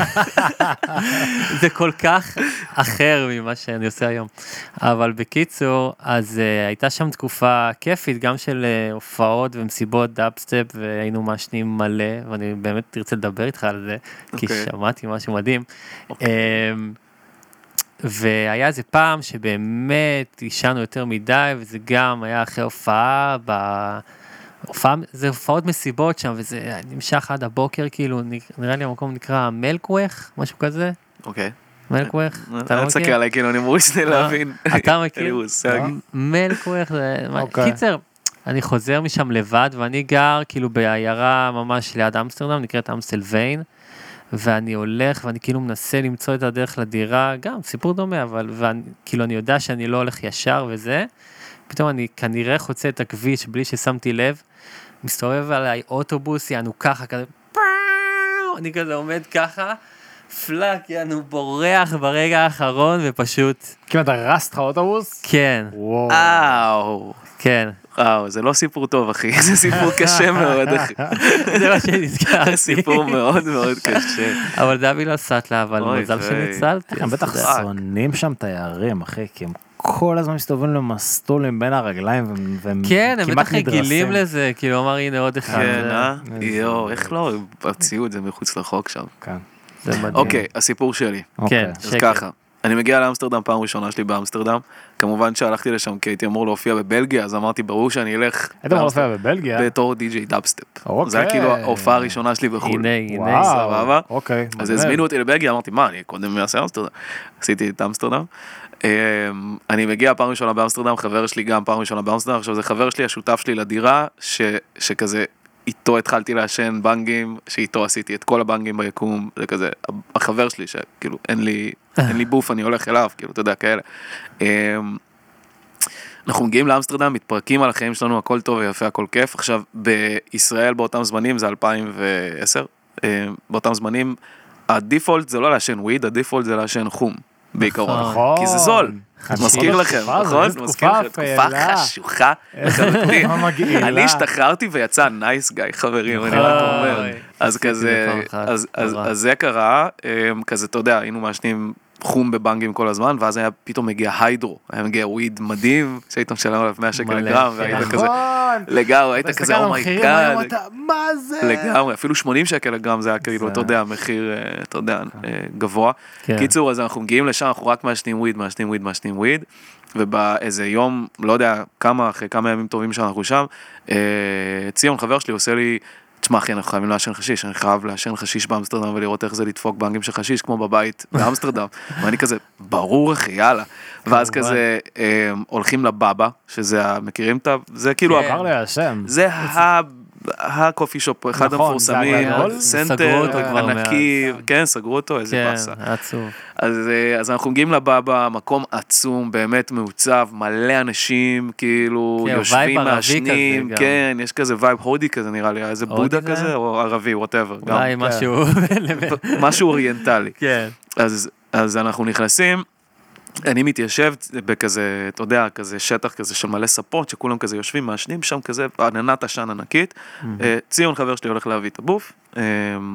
[SPEAKER 6] זה כל כך אחר ממה שאני עושה היום. אבל בקיצור, אז הייתה שם תקופה כיפית, גם של הופעות ומסיבות דאבסטפ, והיינו מעשנים מלא, ואני באמת תרצה לדבר איתך על זה, כי שמעתי משהו מדהים. והיה איזה פעם שבאמת ישנו יותר מדי, וזה גם היה אחרי הופעה, בהופעה, זה הופעות מסיבות שם, וזה נמשך עד הבוקר, כאילו, נראה לי המקום נקרא מלקווח, משהו כזה.
[SPEAKER 8] אוקיי.
[SPEAKER 6] מלקווח, אתה לא מכיר?
[SPEAKER 8] תסתכל עליי, כאילו, אני מוריס לי להבין.
[SPEAKER 6] אתה מכיר? מלקווח, זה... קיצר, אני חוזר משם לבד, ואני גר, כאילו, בעיירה ממש ליד אמסטרדם, נקראת אמסטלוויין, ואני הולך, ואני כאילו מנסה למצוא את הדרך לדירה, גם סיפור דומה, אבל כאילו אני יודע שאני לא הולך ישר וזה, פתאום אני כנראה חוצה את הכביש בלי ששמתי לב, מסתובב עליי אוטובוס, יענו ככה, כזה, אני כזה עומד ככה, פלאק, יענו בורח ברגע האחרון, ופשוט...
[SPEAKER 7] כאילו אתה רסת לך אוטובוס?
[SPEAKER 6] כן.
[SPEAKER 8] וואו.
[SPEAKER 6] כן.
[SPEAKER 8] וואו, זה לא סיפור טוב, אחי, זה סיפור קשה מאוד, אחי.
[SPEAKER 6] זה מה שנזכרתי.
[SPEAKER 8] סיפור מאוד מאוד קשה.
[SPEAKER 6] אבל זה היה בגלל סטלה, אבל מזל שניצלתי.
[SPEAKER 7] הם בטח שונאים שם תיירים, אחי, כי הם כל הזמן מסתובבים למסטולים בין הרגליים, והם
[SPEAKER 6] כן, הם
[SPEAKER 7] כמעט
[SPEAKER 6] בטח רגילים
[SPEAKER 7] נדרסים.
[SPEAKER 6] לזה, כאילו אמר הנה עוד אחד.
[SPEAKER 8] כן,
[SPEAKER 6] זה-
[SPEAKER 8] אה? יואו, איך לא הוציאו את זה מחוץ לחוק שם.
[SPEAKER 7] כן.
[SPEAKER 6] זה מדהים.
[SPEAKER 8] אוקיי, הסיפור שלי.
[SPEAKER 6] כן,
[SPEAKER 7] אוקיי.
[SPEAKER 8] אז
[SPEAKER 6] שקר.
[SPEAKER 8] ככה, אני מגיע לאמסטרדם, פעם ראשונה שלי באמסטרדם, כמובן שהלכתי לשם כי הייתי אמור להופיע בבלגיה, אז אמרתי ברור שאני אלך
[SPEAKER 7] היית אמור להופיע בבלגיה?
[SPEAKER 8] בתור די-ג'יי דאפסטפ.
[SPEAKER 7] אוקיי.
[SPEAKER 8] זה היה כאילו ההופעה הראשונה שלי בחו"ל.
[SPEAKER 6] הנה, הנה.
[SPEAKER 7] וואו,
[SPEAKER 8] סבבה.
[SPEAKER 7] אוקיי.
[SPEAKER 8] אז
[SPEAKER 7] מגניב.
[SPEAKER 8] הזמינו אותי לבלגיה, אמרתי מה, אני קודם אעשה אמסטרדם. עשיתי את אמסטרדם. אמ, אני מגיע פעם ראשונה באמסטרדם, חבר שלי גם פעם ראשונה באמסטרדם, עכשיו זה חבר שלי, השותף שלי לדירה, ש- שכזה איתו התחלתי לעשן בנגים, שאיתו עשיתי את כל הבנגים ביקום, זה כזה, החבר שלי שכאילו אין לי, אין לי בוף, אני הולך אליו, כאילו, אתה יודע, כאלה. אמ, אנחנו מגיעים לאמסטרדם, מתפרקים על החיים שלנו, הכל טוב ויפה, הכל כיף. עכשיו, בישראל באותם זמנים, זה אלפיים ועשר, באותם זמנים, הדיפולט זה לא לעשן וויד, הדיפולט זה לעשן חום, בעיקרון.
[SPEAKER 7] נכון.
[SPEAKER 8] כי זה זול. מזכיר לכם,
[SPEAKER 7] תקופה,
[SPEAKER 8] נכון?
[SPEAKER 7] זו
[SPEAKER 8] מזכיר לכם,
[SPEAKER 7] תקופה
[SPEAKER 8] תקופה
[SPEAKER 7] אפלה.
[SPEAKER 8] חשוכה.
[SPEAKER 7] איזה
[SPEAKER 8] לחלוטין.
[SPEAKER 7] תקופה מגעילה.
[SPEAKER 8] אני השתחררתי ויצא נייס גאי, חברים, אני רק אומר.
[SPEAKER 6] אוי,
[SPEAKER 8] אז
[SPEAKER 6] עשיתי
[SPEAKER 8] כזה,
[SPEAKER 6] זה פעם אחת,
[SPEAKER 8] אז- אז-
[SPEAKER 6] נורא.
[SPEAKER 8] אז זה קרה, אמ, כזה, אתה יודע, היינו מעשנים חום בבנגים כל הזמן, ואז היה פתאום מגיע היידרו, היה מגיע וויד מדהים, שהיית משלם עליו מאה שקל
[SPEAKER 6] מלא,
[SPEAKER 8] לגרם, והיית
[SPEAKER 6] כן.
[SPEAKER 8] כזה,
[SPEAKER 7] נכון.
[SPEAKER 8] לגמרי, היית
[SPEAKER 7] אתה
[SPEAKER 8] כזה,
[SPEAKER 7] מסתכל על
[SPEAKER 8] אומייגאד,
[SPEAKER 7] המחירים, היום אתה, מה זה?
[SPEAKER 8] לגמרי, אפילו שמונים שקל לגרם זה היה כאילו, אתה יודע, מחיר, אה, אתה יודע, אה, גבוה.
[SPEAKER 6] כן.
[SPEAKER 8] קיצור, אז אנחנו מגיעים לשם, אנחנו רק מעשנים וויד, מעשנים וויד, מעשנים וויד, ובאיזה יום, לא יודע כמה, אחרי כמה ימים טובים שאנחנו שם, אה, ציון, חבר שלי, עושה לי, תשמע אחי, אנחנו חייבים לעשן חשיש, אני חייב לעשן חשיש באמסטרדם ולראות איך זה לדפוק בנגים של חשיש, כמו בבית באמסטרדם, ואני כזה, ברור אחי, יאללה. ואז כזה, אה, הולכים לבאבא, שזה, ה- מכירים את ה... זה כאילו,
[SPEAKER 6] כן.
[SPEAKER 7] אמר לי השם.
[SPEAKER 8] זה ה... הקופי שופ, אחד
[SPEAKER 7] נכון,
[SPEAKER 8] המפורסמים,
[SPEAKER 7] זה הגדול.
[SPEAKER 6] סגרו
[SPEAKER 8] סנטר,
[SPEAKER 6] אותו כבר
[SPEAKER 8] ענקי,
[SPEAKER 6] מאז.
[SPEAKER 8] כן, סגרו אותו, איזה
[SPEAKER 6] כן,
[SPEAKER 8] באסה.
[SPEAKER 6] עצוב.
[SPEAKER 8] אז, אה, אז אנחנו מגיעים לבאבא, מקום עצום, באמת מעוצב, מלא אנשים, כאילו,
[SPEAKER 6] כן,
[SPEAKER 8] יושבים,
[SPEAKER 6] וייב ערבי
[SPEAKER 8] מעשנים,
[SPEAKER 6] כזה גם.
[SPEAKER 8] כן, יש כזה וייב הודי כזה נראה לי, איזה
[SPEAKER 6] הודי
[SPEAKER 8] בודה
[SPEAKER 6] זה?
[SPEAKER 8] כזה, או ערבי, ווטאבר,
[SPEAKER 6] אולי משהו...
[SPEAKER 8] משהו אוריינטלי.
[SPEAKER 6] כן.
[SPEAKER 8] אז, אז אנחנו נכנסים, אני מתיישב בכזה, אתה יודע, כזה שטח כזה של מלא ספות, שכולם כזה יושבים, מעשנים שם כזה, עננת עשן ענקית. אה, ציון חבר שלי הולך להביא את הבוף, אה,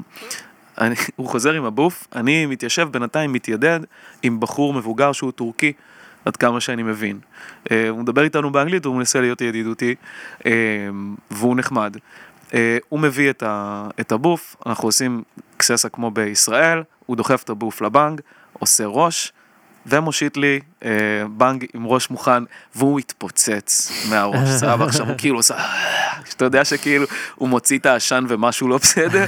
[SPEAKER 8] אני, הוא חוזר עם הבוף, אני מתיישב בינתיים מתיידד עם בחור מבוגר שהוא טורקי, עד כמה שאני מבין. אה, הוא מדבר איתנו באנגלית, הוא מנסה להיות ידידותי, אה, והוא נחמד. אה, הוא מביא את, ה, את הבוף, אנחנו עושים קססה כמו בישראל, הוא דוחף את הבוף לבנג, עושה ראש, ומושיט לי אה, בנג עם ראש מוכן, והוא התפוצץ מהראש, סבבה, עכשיו הוא כאילו עושה, שאתה יודע שכאילו הוא מוציא את העשן ומשהו לא בסדר,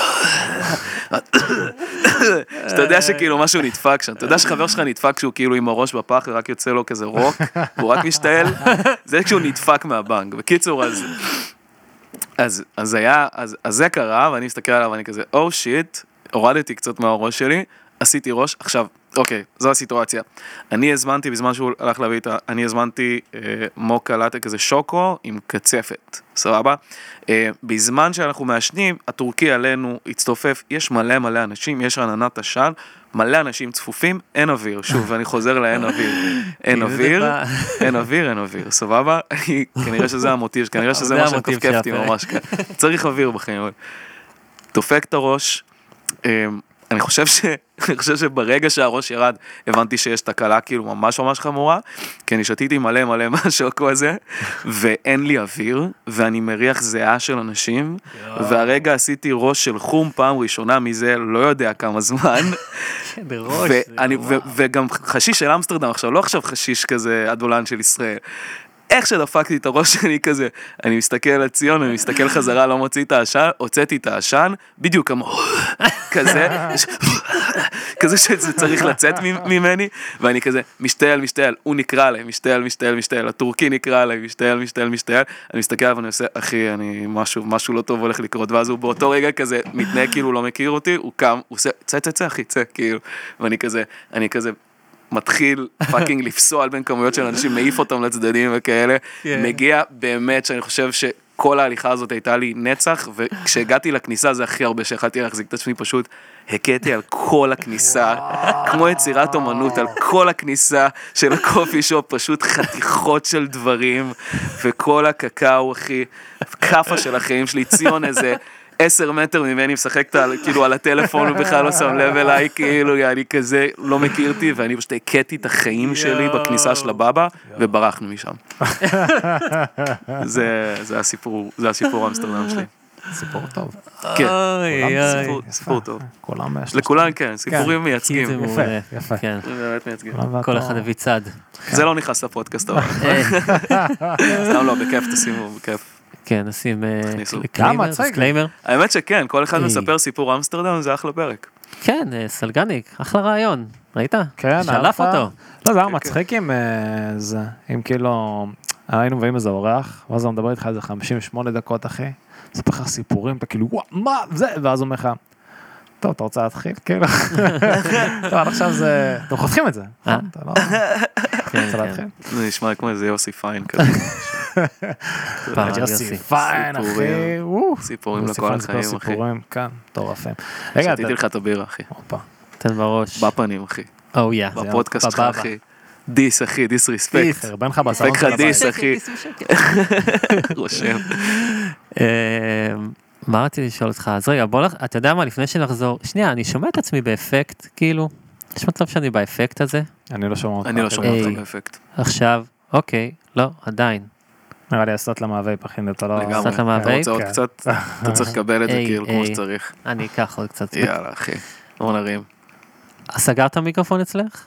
[SPEAKER 8] שאתה יודע שכאילו משהו נדפק שם, אתה יודע שחבר שלך נדפק כשהוא כאילו עם הראש בפח ורק יוצא לו כזה רוק, והוא רק משתעל, זה כשהוא נדפק מהבנג. בקיצור, אז... אז, אז היה, אז, אז זה קרה, ואני מסתכל עליו ואני כזה, או שיט, הורדתי קצת מהראש שלי, עשיתי ראש, עכשיו, אוקיי, זו הסיטואציה. אני הזמנתי, בזמן שהוא הלך להביא את ה... אני הזמנתי אה, מוקה לאטה כזה שוקו עם קצפת, סבבה? אה, בזמן שאנחנו מעשנים, הטורקי עלינו הצטופף, יש מלא מלא אנשים, יש עננת עשן, מלא אנשים צפופים, אין אוויר, שוב, ואני חוזר לאין אוויר. אין אוויר, אין אוויר, אין אוויר, סבבה? כנראה שזה המוטיב, כנראה שזה מה שמקפקף אותי ממש כאן. צריך אוויר בחיים. דופק את הראש, אני חושב ש... אני חושב שברגע שהראש ירד, הבנתי שיש תקלה כאילו ממש ממש חמורה, כי אני שתיתי מלא מלא מהשוקו הזה, ואין לי אוויר, ואני מריח זיעה של אנשים, והרגע עשיתי ראש של חום פעם ראשונה מזה, לא יודע כמה זמן, ואני, ו- וגם חשיש של אמסטרדם, עכשיו לא עכשיו חשיש כזה הדולן של ישראל, איך שדפקתי את הראש שלי כזה, אני מסתכל על ציון, אני מסתכל חזרה, לא מוציא את העשן, הוצאתי את העשן, בדיוק כמו, כזה, כזה שזה צריך לצאת ממני, ואני כזה, משתעל, משתעל, הוא נקרא עליי, משתעל, משתעל, משתעל, הטורקי נקרא עליי, משתעל, משתעל, משתעל, אני מסתכל עליו ואני עושה, אחי, אני, משהו, משהו לא טוב הולך לקרות, ואז הוא באותו רגע כזה, מתנהג כאילו לא מכיר אותי, הוא קם, הוא עושה, צא, צא, צא, אחי, צא, כאילו, ואני כזה, אני כזה, מתחיל פאקינג לפסוע על בין כמויות של אנשים, מעיף אותם לצדדים וכאלה, מגיע באמת שאני חושב שכל ההליכה הזאת הייתה לי נצח, וכשהגעתי לכניסה זה הכי הרבה שהחלטתי להחזיק את עצמי, פשוט הכיתי על כל הכניסה, כמו יצירת אומנות, על כל הכניסה של הקופי שופ, פשוט חתיכות של דברים, וכל הקקאו, אחי, קפה של החיים שלי, ציון איזה, עשר מטר ממני משחק כאילו על הטלפון, ובכלל לא שם לב אליי, כאילו, אני כזה לא מכירתי, ואני פשוט הקטתי את החיים שלי בכניסה של הבאבא, וברחנו משם. זה הסיפור, זה הסיפור אמסטרדם שלי.
[SPEAKER 7] סיפור טוב.
[SPEAKER 8] כן, סיפור טוב. לכולם, כן, סיפורים מייצגים.
[SPEAKER 7] יפה, יפה.
[SPEAKER 8] באמת מייצגים.
[SPEAKER 6] כל אחד הביא צד.
[SPEAKER 8] זה לא נכנס לפודקאסט, אבל. סתם לא, בכיף תשימו, בכיף.
[SPEAKER 6] כן, נשים
[SPEAKER 7] דיסקליימר.
[SPEAKER 8] האמת שכן, כל אחד מספר סיפור אמסטרדם, זה אחלה פרק.
[SPEAKER 6] כן, סלגניק, אחלה רעיון, ראית?
[SPEAKER 7] כן.
[SPEAKER 6] שלף אותו.
[SPEAKER 7] לא, זה היה מצחיק אם כאילו, היינו מביאים איזה אורח, ואז הוא מדבר איתך איזה חמישים ושמונה דקות, אחי, ספר לך סיפורים, אתה כאילו, וואו, מה זה? ואז הוא אומר לך, טוב, אתה רוצה להתחיל? כאילו, טוב, עכשיו זה, אתם חותכים את זה, אתה לא... רוצה להתחיל?
[SPEAKER 8] זה נשמע כמו איזה יוסי פיין כזה.
[SPEAKER 7] יוסי פיין, אחי,
[SPEAKER 8] סיפורים לכל החיים, אחי.
[SPEAKER 7] סיפורים, כאן, טורפים.
[SPEAKER 8] שתיתי לך את הבירה, אחי.
[SPEAKER 6] תן בראש.
[SPEAKER 8] בפנים, אחי.
[SPEAKER 6] או יא.
[SPEAKER 8] בפודקאסט שלך, אחי. דיס, אחי, דיס ריספקט.
[SPEAKER 7] הרבן לך בסלון
[SPEAKER 8] של הבית. דיס, אחי. רושם.
[SPEAKER 6] מה רציתי לשאול אותך? אז רגע, בוא לך, אתה יודע מה, לפני שנחזור, שנייה, אני שומע את עצמי באפקט, כאילו, יש מצב שאני באפקט הזה?
[SPEAKER 7] אני לא שומע אותך.
[SPEAKER 8] אני לא שומע אותך באפקט.
[SPEAKER 6] עכשיו, אוקיי, לא, עדיין.
[SPEAKER 7] נראה לי לעשות למאווייפ, אחי, אתה לא...
[SPEAKER 8] לגמרי.
[SPEAKER 6] לעשות למאווייפ?
[SPEAKER 8] אתה רוצה עוד קצת? אתה צריך לקבל את זה כאילו כמו שצריך.
[SPEAKER 6] אני אקח עוד קצת.
[SPEAKER 8] יאללה, אחי. בוא נרים.
[SPEAKER 6] סגרת המיקרופון אצלך?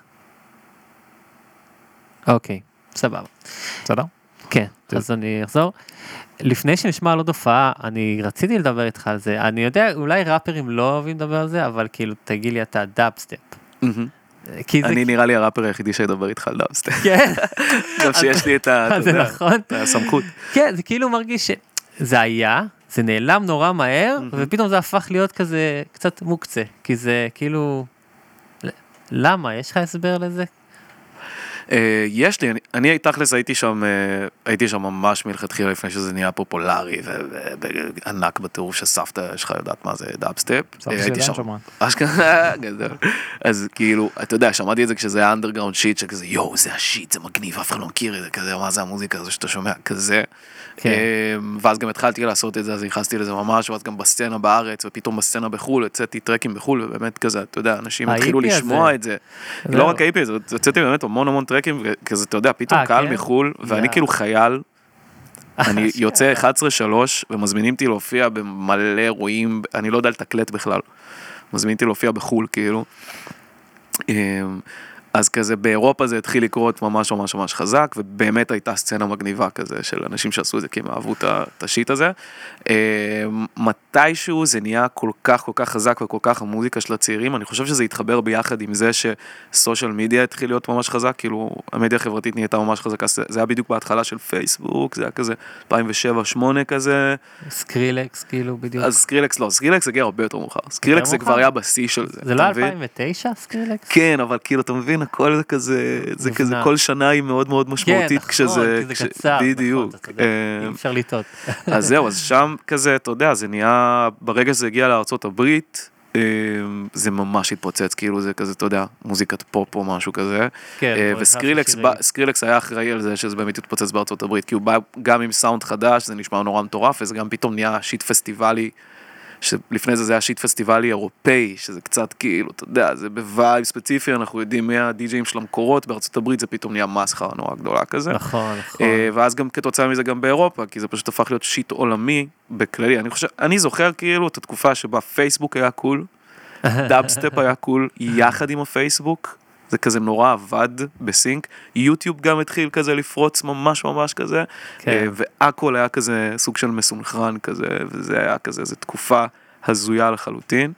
[SPEAKER 6] אוקיי, סבבה.
[SPEAKER 7] בסדר?
[SPEAKER 6] כן, אז אני אחזור. לפני שנשמע על עוד הופעה, אני רציתי לדבר איתך על זה. אני יודע, אולי ראפרים לא אוהבים לדבר על זה, אבל כאילו, תגיד לי אתה דאפסטפ.
[SPEAKER 8] אני נראה לי הראפר היחידי שידבר איתך על דאפסטפ.
[SPEAKER 6] כן.
[SPEAKER 8] גם שיש לי את הסמכות.
[SPEAKER 6] כן, זה כאילו מרגיש שזה היה, זה נעלם נורא מהר, ופתאום זה הפך להיות כזה קצת מוקצה. כי זה כאילו... למה? יש לך הסבר לזה?
[SPEAKER 8] יש לי, אני תכלס הייתי שם, הייתי שם ממש מלכתחילה לפני שזה נהיה פופולרי וענק בטירוף שסבתא שלך יודעת מה זה דאפסטפ. הייתי שם, אשכרה גדול. אז כאילו, אתה יודע, שמעתי את זה כשזה היה אנדרגראונד שיט, שכזה יואו, זה השיט, זה מגניב, אף אחד לא מכיר את זה, כזה, מה זה המוזיקה הזו שאתה שומע, כזה. ואז גם התחלתי לעשות את זה, אז נכנסתי לזה ממש, ואז גם בסצנה בארץ, ופתאום בסצנה בחול, יצאתי טרקים בחול, ובאמת כזה, אתה יודע, אנשים התחילו לשמוע את זה. לא רק ה-איי פי, יצאתי באמת המון המון טרקים, וכזה, אתה יודע, פתאום קהל מחול, ואני כאילו חייל, אני יוצא אחת עשרה שלוש, ומזמינים אותי להופיע במלא אירועים, אני לא יודע לתקלט בכלל, מזמינים אותי להופיע בחול, כאילו. אז כזה באירופה זה התחיל לקרות ממש ממש ממש חזק, ובאמת הייתה סצנה מגניבה כזה, של אנשים שעשו את זה, כי הם אהבו את השיט הזה. מתישהו זה נהיה כל כך כל כך חזק, וכל כך המוזיקה של הצעירים, אני חושב שזה התחבר ביחד עם זה שסושיאל מדיה התחיל להיות ממש חזק, כאילו המדיה החברתית נהייתה ממש חזקה, זה היה בדיוק בהתחלה של פייסבוק, זה היה כזה אלפיים ושבע שמונה כזה.
[SPEAKER 6] סקרילקס כאילו בדיוק.
[SPEAKER 8] אז סקרילקס לא, סקרילקס הגיע הרבה יותר מאוחר, סקרילקס זה כבר היה בשיא של זה.
[SPEAKER 6] זה לא אלפיים ותשע סקרילקס?
[SPEAKER 8] כן, אבל כאילו אתה מבין, הכל זה כזה, זה כזה, כל שנה היא מאוד מאוד משמעותית כשזה,
[SPEAKER 6] כי זה קצר,
[SPEAKER 8] בדיוק.
[SPEAKER 6] אי אפשר לטעות.
[SPEAKER 8] אז זהו, אז שם כזה, אתה יודע, זה נהיה, ברגע שזה הגיע לארצות הברית, זה ממש התפוצץ, כאילו זה כזה, אתה יודע, מוזיקת פופ או משהו כזה, וסקרילקס היה אחראי על זה שזה באמת התפוצץ בארצות הברית, כי הוא בא גם עם סאונד חדש, זה נשמע נורא מטורף, וזה גם פתאום נהיה שיט פסטיבלי, שלפני זה זה היה שיט פסטיבלי אירופאי, שזה קצת כאילו, אתה יודע, זה בווייב ספציפי, אנחנו יודעים מי הדי-ג'אים של המקורות, בארצות הברית זה פתאום נהיה מסחרה נורא גדולה כזה.
[SPEAKER 6] נכון, נכון.
[SPEAKER 8] ואז גם כתוצאה מזה גם באירופה, כי זה פשוט הפך להיות שיט עולמי בכללי. אני חושב, אני זוכר כאילו את התקופה שבה פייסבוק היה קול, דאפסטפ היה קול, יחד עם הפייסבוק, זה כזה נורא עבד בסינק, יוטיוב גם התחיל כזה לפרוץ ממש ממש כזה, והכל היה כזה סוג של מסונכרן כזה, וזה היה כזה, זו תקופה הזויה לחלוטין,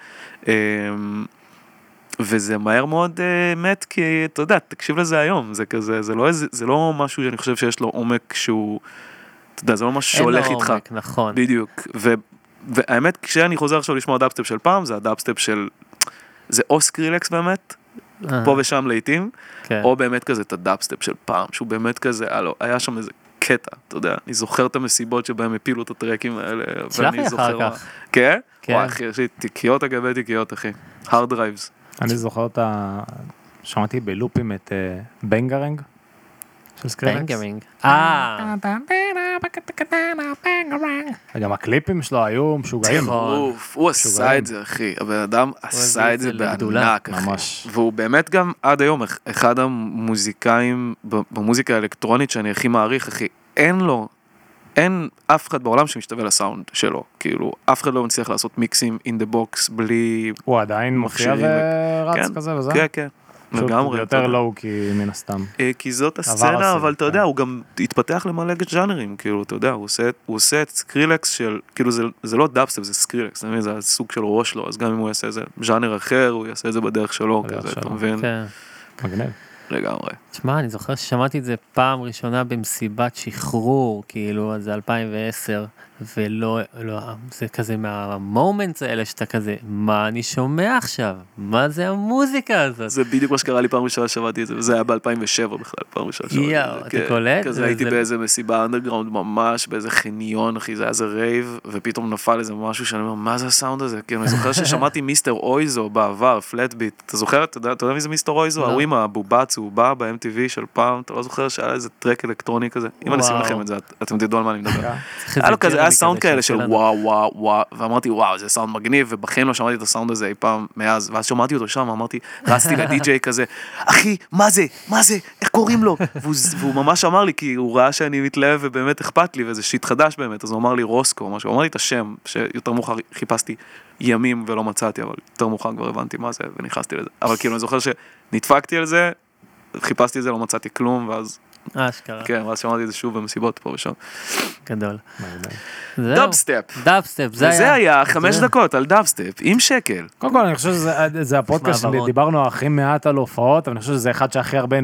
[SPEAKER 8] וזה מהר מאוד מת, כי אתה יודע, תקשיב לזה היום, זה כזה, זה לא, זה לא משהו שאני חושב שיש לו עומק שהוא, אתה יודע, זה לא משהו שהולך איתך. אין לו עומק,
[SPEAKER 6] נכון.
[SPEAKER 8] בדיוק, והאמת, כשאני חוזר עכשיו לשמוע דאפסטפ של פעם, זה הדאפסטפ של, זה או סקרילקס באמת, פה ושם לעתים, או באמת כזה את הדאפסטפ של פעם, שהוא באמת כזה, היה שם איזה קטע, אתה יודע, אני זוכר את המסיבות שבהם הפילו את הטרקים האלה,
[SPEAKER 6] שלח לי אחר כך.
[SPEAKER 8] כן? וואי אחי, יש לי תיקיות אגבי תיקיות אחי, hard drives.
[SPEAKER 7] אני זוכר את ה... שמעתי בלופים את בנגרנג,
[SPEAKER 6] בנגרינג. אה.
[SPEAKER 7] גם הקליפים שלו היו משוגעים.
[SPEAKER 8] הוא עשה את זה, אחי. הבן אדם עשה את זה בענק, אחי. והוא באמת גם עד היום אחד המוזיקאים במוזיקה האלקטרונית שאני הכי מעריך, אחי. אין לו, אין אף אחד בעולם שמשתווה לסאונד שלו. כאילו, אף אחד לא מצליח לעשות מיקסים in the box בלי...
[SPEAKER 7] הוא עדיין מופיע ורץ כזה וזה?
[SPEAKER 8] כן, כן.
[SPEAKER 7] לגמרי. יותר לואו-קי מן הסתם.
[SPEAKER 8] כי זאת הסצנה, אבל אתה יודע, הוא גם התפתח למלא ג'אנרים, כאילו, אתה יודע, הוא עושה את סקרילקס של, כאילו, זה לא דאפסטפ, זה סקרילקס, זה סוג של ראש לו, אז גם אם הוא יעשה איזה ז'אנר אחר, הוא יעשה את זה בדרך שלו, כזה, אתה מבין?
[SPEAKER 7] מגניב.
[SPEAKER 8] לגמרי.
[SPEAKER 6] תשמע, אני זוכר ששמעתי את זה פעם ראשונה במסיבת שחרור, כאילו, אז זה אלפיים ועשר, ולא, לא, זה כזה מהמומנטס האלה שאתה כזה, מה אני שומע עכשיו? מה זה המוזיקה הזאת?
[SPEAKER 8] זה בדיוק מה שקרה לי פעם ראשונה שמעתי את זה, וזה היה ב-אלפיים ושבע בכלל, פעם ראשונה שמעתי את זה.
[SPEAKER 6] יאו, אתה קולט?
[SPEAKER 8] כזה הייתי באיזה מסיבה אנדרגראונד ממש, באיזה חניון, אחי, זה היה איזה רייב, ופתאום נפל איזה משהו שאני אומר, מה זה הסאונד הזה? כי אני זוכר ששמעתי מיסטר אויזו בעבר, פלטביט, אתה זוכר? אתה יודע מי זה מיסטר אויזו? ההוא עם הבובץ, הוא בא ב-אם טי וי של פעם, אתה לא זוכר שהיה איזה טרק אלקטרוני כזה? אם אני אשים לכם את זה, אתם תדעו על מה אני מדבר. היה לו כזה, היה סאונד כאלה של וואו, וואו, וואו, ואמרתי, וואו, זה סאונד מגניב, ובחיים לא שמעתי את הסאונד הזה אי פעם מאז, ואז שמעתי אותו שם, אמרתי, רצתי לדי-ג'יי כזה, אחי, מה זה? מה זה? איך קוראים לו? והוא ממש אמר לי, כי הוא ראה שאני מתלהב ובאמת אכפת לי, וזה שיט חדש באמת, אז הוא אמר לי רוסקו, משהו, הוא אמר לי את השם, שיותר מאוחר חיפשתי ימים ולא מצאתי, אבל יותר מאוחר כבר הבנתי מה זה, ונכנסתי לזה. אבל כאילו, אני זוכר שנדפקתי על זה, חיפשתי את זה, לא מצאתי כלום, ואז
[SPEAKER 6] אשכרה.
[SPEAKER 8] כן, ואז שמעתי את זה שוב במסיבות פה ושם.
[SPEAKER 6] גדול.
[SPEAKER 8] דאבסטפ.
[SPEAKER 6] דאבסטפ, זה היה.
[SPEAKER 8] וזה היה חמש דקות על דאבסטפ, עם שקל.
[SPEAKER 7] קודם כל, אני חושב שזה הפודקאסט שדיברנו הכי מעט על הופעות, אבל אני חושב שזה אחד שהכי הרבה,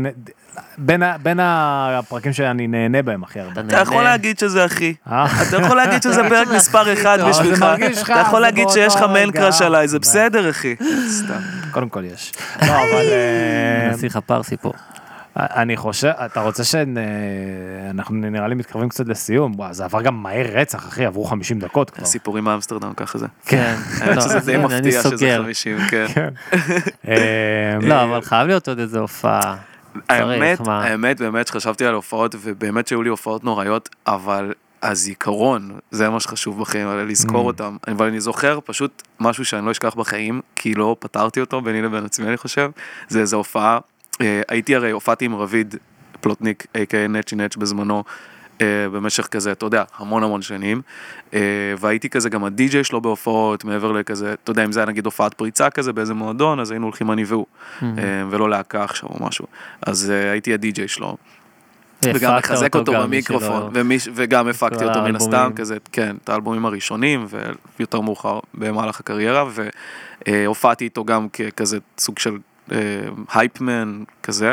[SPEAKER 7] בין הפרקים שאני נהנה בהם הכי הרבה.
[SPEAKER 8] אתה יכול להגיד שזה הכי. אתה יכול להגיד שזה פרק מספר אחד בשבילך. אתה יכול להגיד שיש לך מיין קראש עליי, זה בסדר, אחי. סתם.
[SPEAKER 7] קודם כל יש. לא, אבל...
[SPEAKER 6] נעשי לך פרסי פה.
[SPEAKER 7] אני חושב, אתה רוצה שאנחנו נראה לי מתקרבים קצת לסיום, וואו, זה עבר גם מהר רצח, אחי, עברו חמישים דקות כבר.
[SPEAKER 8] סיפורים מאמסטרדם, ככה זה.
[SPEAKER 6] כן.
[SPEAKER 8] שזה די מפתיע שזה חמישים, כן.
[SPEAKER 6] לא, אבל חייב להיות עוד איזה הופעה.
[SPEAKER 8] האמת, האמת, באמת שחשבתי על הופעות, ובאמת שהיו לי הופעות נוראיות, אבל הזיכרון, זה מה שחשוב בחיים, לזכור אותם. אבל אני זוכר פשוט משהו שאני לא אשכח בחיים, כי לא פתרתי אותו ביני לבין עצמי, אני חושב. זה איזו הופעה, הייתי הרי, הופעתי עם רביד פלוטניק, איי קיי נצ'י נצ' בזמנו, במשך כזה, אתה יודע, המון המון שנים, והייתי כזה גם הדי-ג'יי שלו בהופעות, מעבר לכזה, אתה יודע, אם זה היה נגיד הופעת פריצה כזה באיזה מועדון, אז היינו הולכים אני והוא, ולא להקה עכשיו או משהו, אז הייתי הדי-ג'יי שלו, וגם מחזק אותו במיקרופון, וגם הפקתי אותו מן הסתם, כזה, כן, את האלבומים הראשונים, ויותר מאוחר במהלך הקריירה, והופעתי איתו גם ככזה סוג של הייפמן כזה,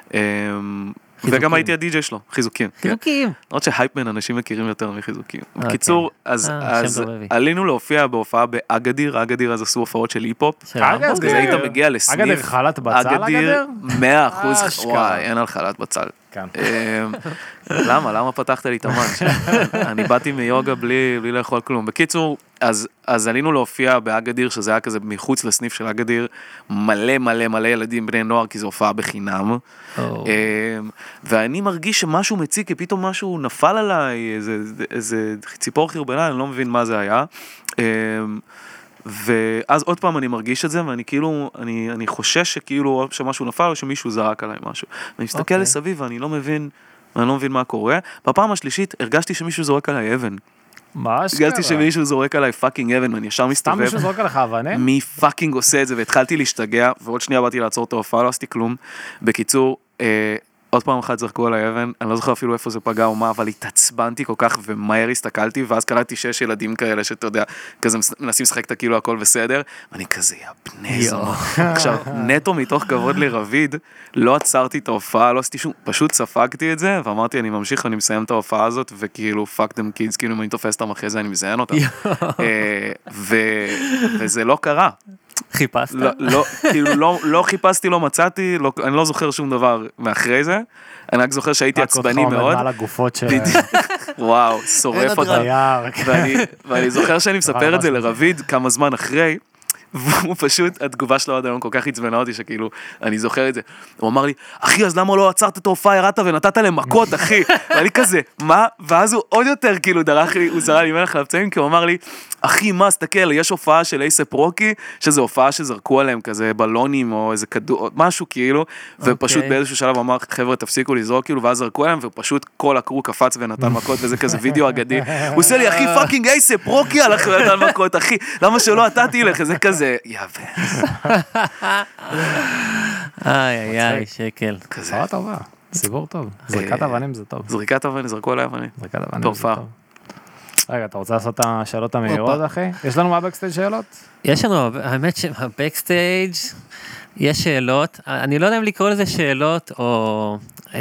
[SPEAKER 8] וגם הייתי הדי-ג'יי שלו, חיזוקים.
[SPEAKER 6] חיזוקים.
[SPEAKER 8] למרות שהייפמן אנשים מכירים יותר מחיזוקים. בקיצור, אז עלינו להופיע בהופעה באגדיר, אגדיר אז עשו הופעות של היפ-הופ, אז כזה היית מגיע לסניף.
[SPEAKER 7] אגדיר חלט בצל אגדיר?
[SPEAKER 8] מאה אחוז, וואי, אין על חלט בצל. למה? למה פתחת לי את המאנץ'? אני באתי מיוגה בלי לאכול כלום. בקיצור, אז עלינו להופיע באגדיר, שזה היה כזה מחוץ לסניף של אגדיר, מלא מלא מלא ילדים בני נוער, כי זו הופעה בחינם. ואני מרגיש שמשהו מציק, כי פתאום משהו נפל עליי, איזה ציפור חרבנה, אני לא מבין מה זה היה. ואז עוד פעם אני מרגיש את זה, ואני כאילו, אני, אני חושש שכאילו שמשהו נפל, או שמישהו זרק עליי משהו. ואני מסתכל לסביב, ואני לא מבין, אני לא מבין מה קורה. בפעם השלישית, הרגשתי שמישהו זורק עליי אבן.
[SPEAKER 7] מה אשכרה?
[SPEAKER 8] הרגשתי שמישהו זורק עליי פאקינג אבן, ואני ישר מסתובב.
[SPEAKER 7] סתם מישהו זורק עליך אבנים?
[SPEAKER 8] מי פאקינג עושה את זה, והתחלתי להשתגע, ועוד שנייה באתי לעצור את ההופעה, לא עשיתי כלום. בקיצור, אה, עוד פעם אחת זרקו על האבן, אני לא זוכר אפילו איפה זה פגע או מה, אבל התעצבנתי כל כך, ומהר הסתכלתי, ואז קראתי שש ילדים כאלה, שאתה יודע, כזה מנסים לשחק את הכאילו הכל בסדר, ואני כזה, יא בני זונה. עכשיו, נטו מתוך כבוד לרביד, לא עצרתי את ההופעה, לא עשיתי שום, פשוט ספגתי את זה, ואמרתי, אני ממשיך, אני מסיים את ההופעה הזאת, וכאילו, fuck them kids, כאילו, אם אני תופס אותם אחרי זה, אני מזיין אותם. וזה לא קרה.
[SPEAKER 6] חיפשת?
[SPEAKER 8] לא, לא, כאילו, לא, לא חיפשתי, לא מצאתי, לא, אני לא זוכר שום דבר מאחרי זה, אני רק זוכר שהייתי עצבני מאוד. רק אותך עומד מעל
[SPEAKER 7] הגופות של...
[SPEAKER 8] וואו, שורף אותה. ואני, ואני זוכר שאני מספר את זה לרביד כמה זמן אחרי, והוא פשוט, התגובה שלו עד היום כל כך עצבנה אותי, שכאילו, אני זוכר את זה. הוא אמר לי, אחי, אז למה לא עצרת את ההופעה, הראת ונתת להם מכות, אחי? ואני כזה, מה? ואז הוא עוד יותר, כאילו, דרך לי, הוא זרה לי מלך לפצעים, כי הוא אמר לי, אחי, מה, סתכל, יש הופעה של אייספ רוקי, שזו הופעה שזרקו עליהם כזה בלונים, או איזה כדור, משהו כאילו, ופשוט באיזשהו שלב אמר, חבר'ה, תפסיקו לזרוק, כאילו, ואז זרקו עליהם, ופשוט כל הקרו קפץ ונתן מכות, וזה כזה וידאו אגדי. הוא עושה לי, אחי, פאקינג אייספ רוקי הלך ונתן מכות, אחי, למה שלא נתתי לך? זה כזה, יאבס.
[SPEAKER 6] איי, איי, איי, שקל.
[SPEAKER 7] כזה. טובה, סיבור טוב. זריקת אבנים זה טוב.
[SPEAKER 8] זריקת אבנים, זרקו עליי אבנים.
[SPEAKER 7] זריקת אבנים זה טוב. רגע, אתה רוצה לעשות את השאלות המהירות, אחי? יש לנו מהבקסטייג' שאלות?
[SPEAKER 6] יש לנו, האמת שהבקסטייג' יש שאלות, אני לא יודע אם לקרוא לזה שאלות, או...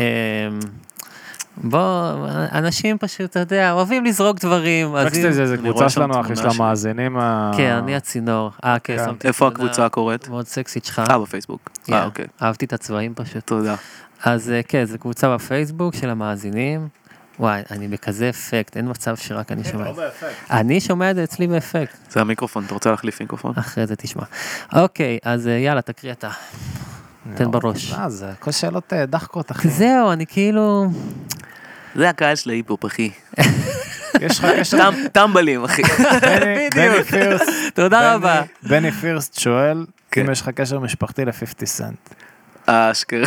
[SPEAKER 6] בוא, אנשים פשוט, אתה יודע, אוהבים לזרוק דברים.
[SPEAKER 7] בקסטייג' זה קבוצה שלנו, אחי, של המאזינים.
[SPEAKER 6] כן, אני הצינור. אה, כן, שמתי.
[SPEAKER 8] איפה הקבוצה קוראת?
[SPEAKER 6] מאוד סקסית שלך.
[SPEAKER 8] אה, בפייסבוק. אה, אוקיי.
[SPEAKER 6] אהבתי את הצבעים פשוט.
[SPEAKER 8] תודה.
[SPEAKER 6] אז כן, זו קבוצה בפייסבוק של המאזינים. וואי, אני בכזה אפקט, אין מצב שרק אני שומע. אני שומע את זה אצלי באפקט.
[SPEAKER 8] זה המיקרופון, אתה רוצה להחליף מיקרופון?
[SPEAKER 6] אחרי זה תשמע. אוקיי, אז יאללה, תקריא אתה. תן בראש.
[SPEAKER 7] אה, זה כל שאלות דחקות, אחי.
[SPEAKER 6] זהו, אני כאילו...
[SPEAKER 8] זה הקהל של ההיפופ, אחי.
[SPEAKER 7] יש לך קשר...
[SPEAKER 8] טמבלים, אחי.
[SPEAKER 7] בני פירסט.
[SPEAKER 6] תודה רבה.
[SPEAKER 7] בני פירסט שואל, אם יש לך קשר משפחתי ל-חמישים סנט.
[SPEAKER 8] אשכרה.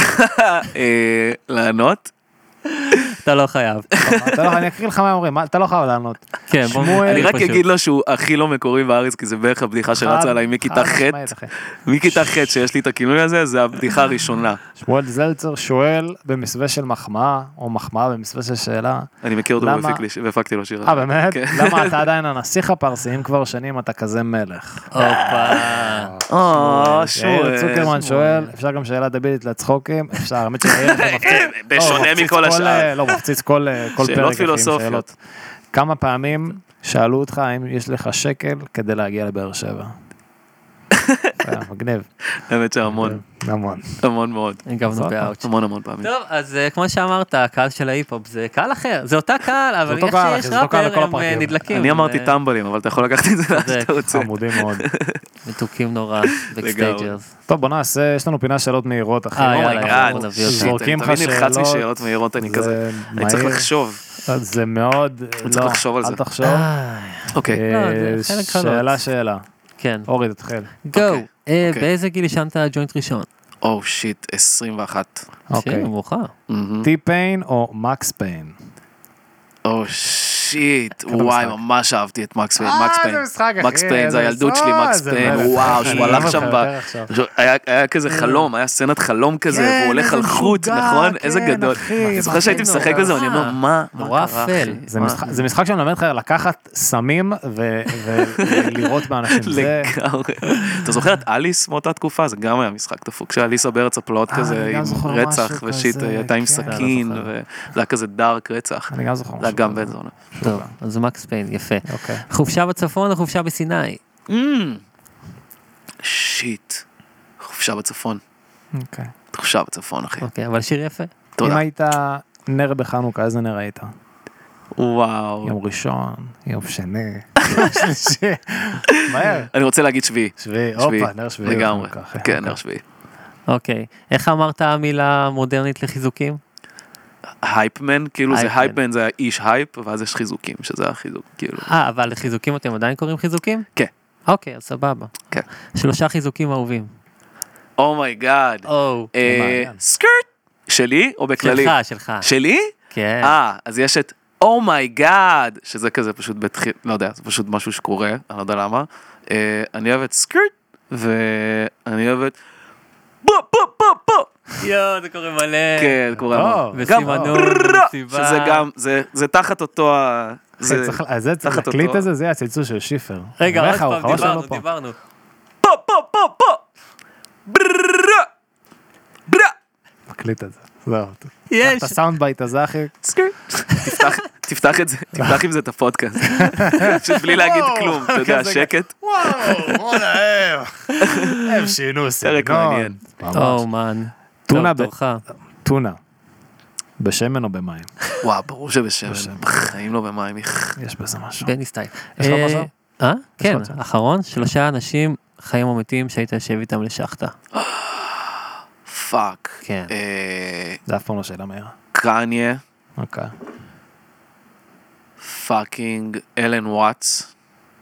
[SPEAKER 8] לענות?
[SPEAKER 6] אתה לא חייב.
[SPEAKER 7] אני אקריא לך מה אומרים, אתה לא חייב לענות.
[SPEAKER 6] כן,
[SPEAKER 8] אני רק אגיד לו שהוא הכי לא מקורי בארץ, כי זה בערך הבדיחה שרצה עליי מכיתה ח' מכיתה ח' שיש לי את הכינוי הזה, זה הבדיחה הראשונה.
[SPEAKER 7] שמואל זלצר שואל במסווה של מחמאה, או מחמאה במסווה של שאלה.
[SPEAKER 8] אני מכיר אותו והפקתי לו שיר.
[SPEAKER 7] אה, באמת? למה אתה עדיין הנסיך הפרסי, אם כבר שנים אתה כזה מלך?
[SPEAKER 6] הופה.
[SPEAKER 8] או,
[SPEAKER 7] יאיר צוקרמן שואל, אפשר גם שאלה דבילית לצחוקים? אפשר, האמת שיאיר זה מפציץ.
[SPEAKER 8] בשונה מכל השאר.
[SPEAKER 7] לא, מפציץ כל פרק.
[SPEAKER 8] שאלות פילוסופיות.
[SPEAKER 7] כמה פעמים שאלו אותך האם יש לך שקל כדי להגיע לבאר שבע? מגניב.
[SPEAKER 8] האמת שהמון.
[SPEAKER 7] המון.
[SPEAKER 8] המון מאוד.
[SPEAKER 6] הגבנו באאוץ'.
[SPEAKER 8] המון המון פעמים.
[SPEAKER 6] טוב, אז כמו שאמרת, הקהל של ההיפ-הופ זה קהל אחר. זה אותה קהל, אבל איך שיש ראפר הם נדלקים.
[SPEAKER 8] אני אמרתי טמבלים, אבל אתה יכול לקחת את זה לאן שאתה רוצה.
[SPEAKER 7] עמודים מאוד.
[SPEAKER 6] מתוקים נורא, בקסטייג'רס.
[SPEAKER 7] טוב, בוא נעשה, יש לנו פינה שאלות מהירות, אחי.
[SPEAKER 6] אה, יאללה, יאללה, בוא נביא אותה.
[SPEAKER 7] זורקים לך
[SPEAKER 8] שאלות. תמיד נלחץ לי שאלות מהירות, אני כזה, אני צריך לחשוב.
[SPEAKER 7] זה מאוד,
[SPEAKER 8] אני צריך לחשוב על זה.
[SPEAKER 7] אל תחשוב.
[SPEAKER 8] אוקיי.
[SPEAKER 7] שאלה, שאלה.
[SPEAKER 6] כן.
[SPEAKER 7] אורי, תתחיל.
[SPEAKER 6] גו. באיזה גיל ישנת ג'וינט ראשון?
[SPEAKER 8] או שיט, עשרים ואחת.
[SPEAKER 7] אוקיי.
[SPEAKER 6] מאוחר.
[SPEAKER 7] טי-פיין או מקס פיין?
[SPEAKER 8] או שיט, וואי, ממש אהבתי את מקס פיין. מקס פיין,
[SPEAKER 7] משחק, אחי.
[SPEAKER 8] מקס פיין, זה הילדות שלי, מקס פיין, וואו, שהוא הלך שם, היה כזה חלום, היה סצנת חלום כזה, והוא הולך על חוט, נכון? איזה גדול. אני זוכר שהייתי משחק בזה, ואני אומר, מה?
[SPEAKER 6] נורא אפל.
[SPEAKER 7] זה משחק שמלמד לך לקחת סמים ולראות באנשים.
[SPEAKER 8] לגמרי. אתה זוכר את אליס מאותה תקופה? זה גם היה משחק דפוק, כשאליסה בארץ הפלאות כזה, עם רצח ושיט, הייתה עם סכין, וזה היה כזה דארק רצח.
[SPEAKER 7] אני גם זוכר.
[SPEAKER 8] זה היה גם בן זונה.
[SPEAKER 6] טוב, אז מקס פיין, יפה. חופשה בצפון או חופשה בסיני?
[SPEAKER 8] שיט. חופשה בצפון. חופשה בצפון, אחי.
[SPEAKER 6] אוקיי, אבל שיר יפה.
[SPEAKER 8] תודה.
[SPEAKER 7] אם היית נר בחנוכה, איזה נר היית?
[SPEAKER 8] וואו.
[SPEAKER 7] יום ראשון, יום שני, שלישי. מהר.
[SPEAKER 8] אני רוצה להגיד שביעי.
[SPEAKER 7] שביעי, הופה, נר שביעי.
[SPEAKER 8] לגמרי. כן, נר שביעי.
[SPEAKER 6] אוקיי. איך אמרת המילה מודרנית לחיזוקים?
[SPEAKER 8] הייפמן, כאילו זה הייפמן, זה איש הייפ, ואז יש חיזוקים, שזה החיזוק, כאילו.
[SPEAKER 6] אה, אבל לחיזוקים אתם עדיין קוראים חיזוקים?
[SPEAKER 8] כן.
[SPEAKER 6] אוקיי, אז סבבה.
[SPEAKER 8] כן.
[SPEAKER 6] שלושה חיזוקים אהובים.
[SPEAKER 8] אומייגאד.
[SPEAKER 6] או.
[SPEAKER 8] סקרט. שלי או בכללי?
[SPEAKER 6] שלך, שלך.
[SPEAKER 8] שלי?
[SPEAKER 6] כן.
[SPEAKER 8] אה, אז יש את אומייגאד, שזה כזה פשוט בתחיל, לא יודע, זה פשוט משהו שקורה, אני לא יודע למה. אני אוהב את סקרט, ואני אוהב את בוא, בוא, בוא, בוא.
[SPEAKER 6] יואו, זה קורה מלא.
[SPEAKER 8] כן, זה קורה מלא.
[SPEAKER 6] וסימנון, וסיבה.
[SPEAKER 8] שזה גם, זה תחת אותו ה...
[SPEAKER 7] זה צריך להקליט את זה, זה הצלצול של שיפר.
[SPEAKER 6] רגע, עוד פעם, דיברנו, דיברנו.
[SPEAKER 8] פה, פה, פה, פה. בררה. בררה.
[SPEAKER 7] מקליט את זה. זהו.
[SPEAKER 6] יש.
[SPEAKER 7] את הסאונד בייט הזה, אחי.
[SPEAKER 8] תפתח את זה, תפתח עם זה את הפודקאסט. פשוט בלי להגיד כלום, אתה יודע, שקט.
[SPEAKER 7] וואו, בוא נאהב. הם שינו
[SPEAKER 8] סרק מעניין.
[SPEAKER 6] או, מן.
[SPEAKER 7] טונה, טונה. בשמן או במים?
[SPEAKER 8] וואו, ברור שבשמן. בחיים לא במים.
[SPEAKER 7] יש בזה משהו.
[SPEAKER 6] בני סטייל.
[SPEAKER 7] יש לך משהו?
[SPEAKER 6] אה? כן, אחרון, שלושה אנשים חיים אמיתיים שהיית יושב איתם לשחטה.
[SPEAKER 8] פאק.
[SPEAKER 6] כן.
[SPEAKER 7] זה אף פעם לא שאלה מהר.
[SPEAKER 8] קניה.
[SPEAKER 7] אוקיי.
[SPEAKER 8] פאקינג אלן וואטס.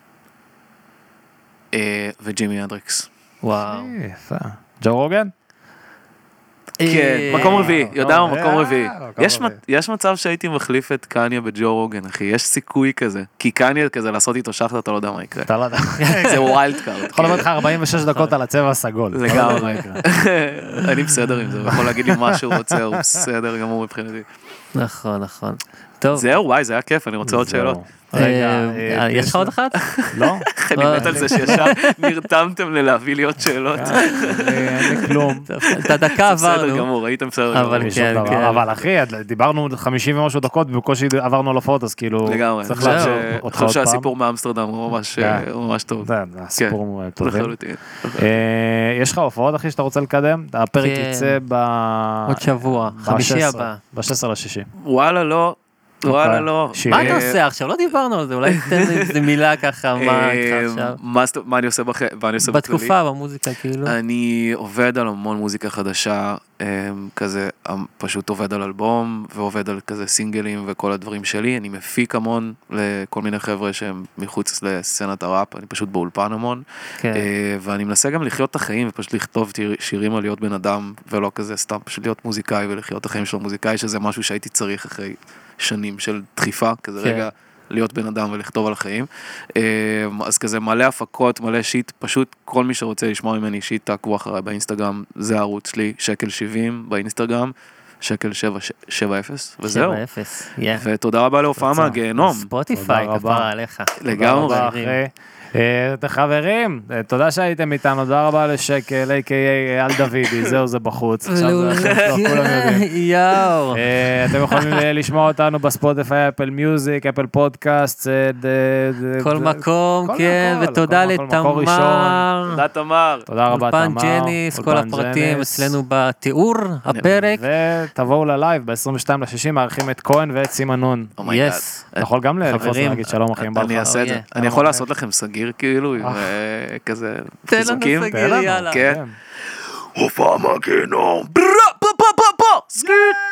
[SPEAKER 8] וג'ימי אנדריקס.
[SPEAKER 6] וואו.
[SPEAKER 7] יפה. ג'ו רוגן?
[SPEAKER 8] כן, מקום רביעי, יודע מה מקום רביעי. יש מצב שהייתי מחליף את קניה בג'ו רוגן, אחי, יש סיכוי כזה. כי קניה כזה לעשות איתו שחט, אתה לא יודע מה יקרה.
[SPEAKER 7] אתה לא יודע.
[SPEAKER 8] זה ווילד קארד.
[SPEAKER 7] יכול לבוא לך ארבעים ושש דקות על הצבע הסגול.
[SPEAKER 8] לגמרי. אני בסדר עם זה, הוא יכול להגיד לי מה שהוא רוצה, הוא בסדר גמור מבחינתי.
[SPEAKER 6] נכון, נכון. טוב.
[SPEAKER 8] זהו, וואי, זה היה כיף, אני רוצה עוד שאלות.
[SPEAKER 6] יש לך עוד אחת?
[SPEAKER 7] לא.
[SPEAKER 8] אני מת על זה שישר נרתמתם ללהביא לי עוד שאלות.
[SPEAKER 7] אין לי כלום.
[SPEAKER 6] את הדקה עברנו.
[SPEAKER 8] בסדר גמור, הייתם בסדר גמור.
[SPEAKER 6] אבל כן, כן.
[SPEAKER 7] אבל אחי, דיברנו חמישים ומשהו דקות ובקושי עברנו לפות, אז כאילו...
[SPEAKER 8] לגמרי.
[SPEAKER 7] צריך להחזיר אותך
[SPEAKER 8] אני
[SPEAKER 7] עוד
[SPEAKER 8] חושב
[SPEAKER 7] פעם.
[SPEAKER 8] שהסיפור מאמסטרדם הוא ממש טוב.
[SPEAKER 7] זה, הסיפור טובים.
[SPEAKER 8] לחלוטין.
[SPEAKER 7] יש לך הופעות, אחי, שאתה רוצה לקדם? הפרק יצא ב...
[SPEAKER 6] עוד שבוע, חמישי הבא.
[SPEAKER 7] ב-שש עשרה לשישי.
[SPEAKER 8] וואלה, לא. וואלה, לא.
[SPEAKER 6] מה אתה עושה עכשיו? לא דיברנו על זה, אולי תן איזה מילה ככה, מה איתך עכשיו?
[SPEAKER 8] מה אני עושה בכללי?
[SPEAKER 6] בתקופה, במוזיקה, כאילו.
[SPEAKER 8] אני עובד על המון מוזיקה חדשה, כזה, פשוט עובד על אלבום, ועובד על כזה סינגלים וכל הדברים שלי. אני מפיק המון לכל מיני חבר'ה שהם מחוץ לסצנת הראפ, אני פשוט באולפן המון. ואני מנסה גם לחיות את החיים, ופשוט לכתוב שירים על להיות בן אדם, ולא כזה סתם, פשוט להיות מוזיקאי ולחיות את החיים של המוזיקאי, שזה משהו שהייתי צריך אחרי שנים של דחיפה, כזה רגע להיות בן אדם ולכתוב על החיים. אז כזה מלא הפקות, מלא שיט, פשוט כל מי שרוצה לשמוע ממני שיט, תעקבו אחריי באינסטגרם, זה הערוץ שלי, שקל שבעים באינסטגרם, שקל שבע אפס, וזהו.
[SPEAKER 6] שבע אפס,
[SPEAKER 8] ותודה רבה להופעה מהגיהנום.
[SPEAKER 6] ספוטיפיי, כפרה עליך.
[SPEAKER 8] לגמרי.
[SPEAKER 7] חברים, תודה שהייתם איתנו, תודה רבה לשקל, איי קיי איי על דוידי, זהו זה בחוץ.
[SPEAKER 6] יאו.
[SPEAKER 7] אתם יכולים לשמוע אותנו בספוטיפיי, אפל מיוזיק, אפל פודקאסט,
[SPEAKER 6] כל מקום, כן, ותודה לתמר.
[SPEAKER 8] תודה תמר.
[SPEAKER 7] תודה רבה תמר.
[SPEAKER 6] אולפן ג'ניס, כל הפרטים אצלנו בתיאור הפרק.
[SPEAKER 7] ותבואו ללייב ב-עשרים ושתיים לשישי, מארחים את כהן ואת סימנון.
[SPEAKER 6] יס.
[SPEAKER 7] אתה יכול גם לפרוס להגיד שלום אחים.
[SPEAKER 8] אני אעשה את זה. אני יכול לעשות לכם סגיר כאילו, כזה חיזוקים.
[SPEAKER 6] תן לנו סגיר, יאללה.
[SPEAKER 8] הופעה מהגיהנום. סקרט.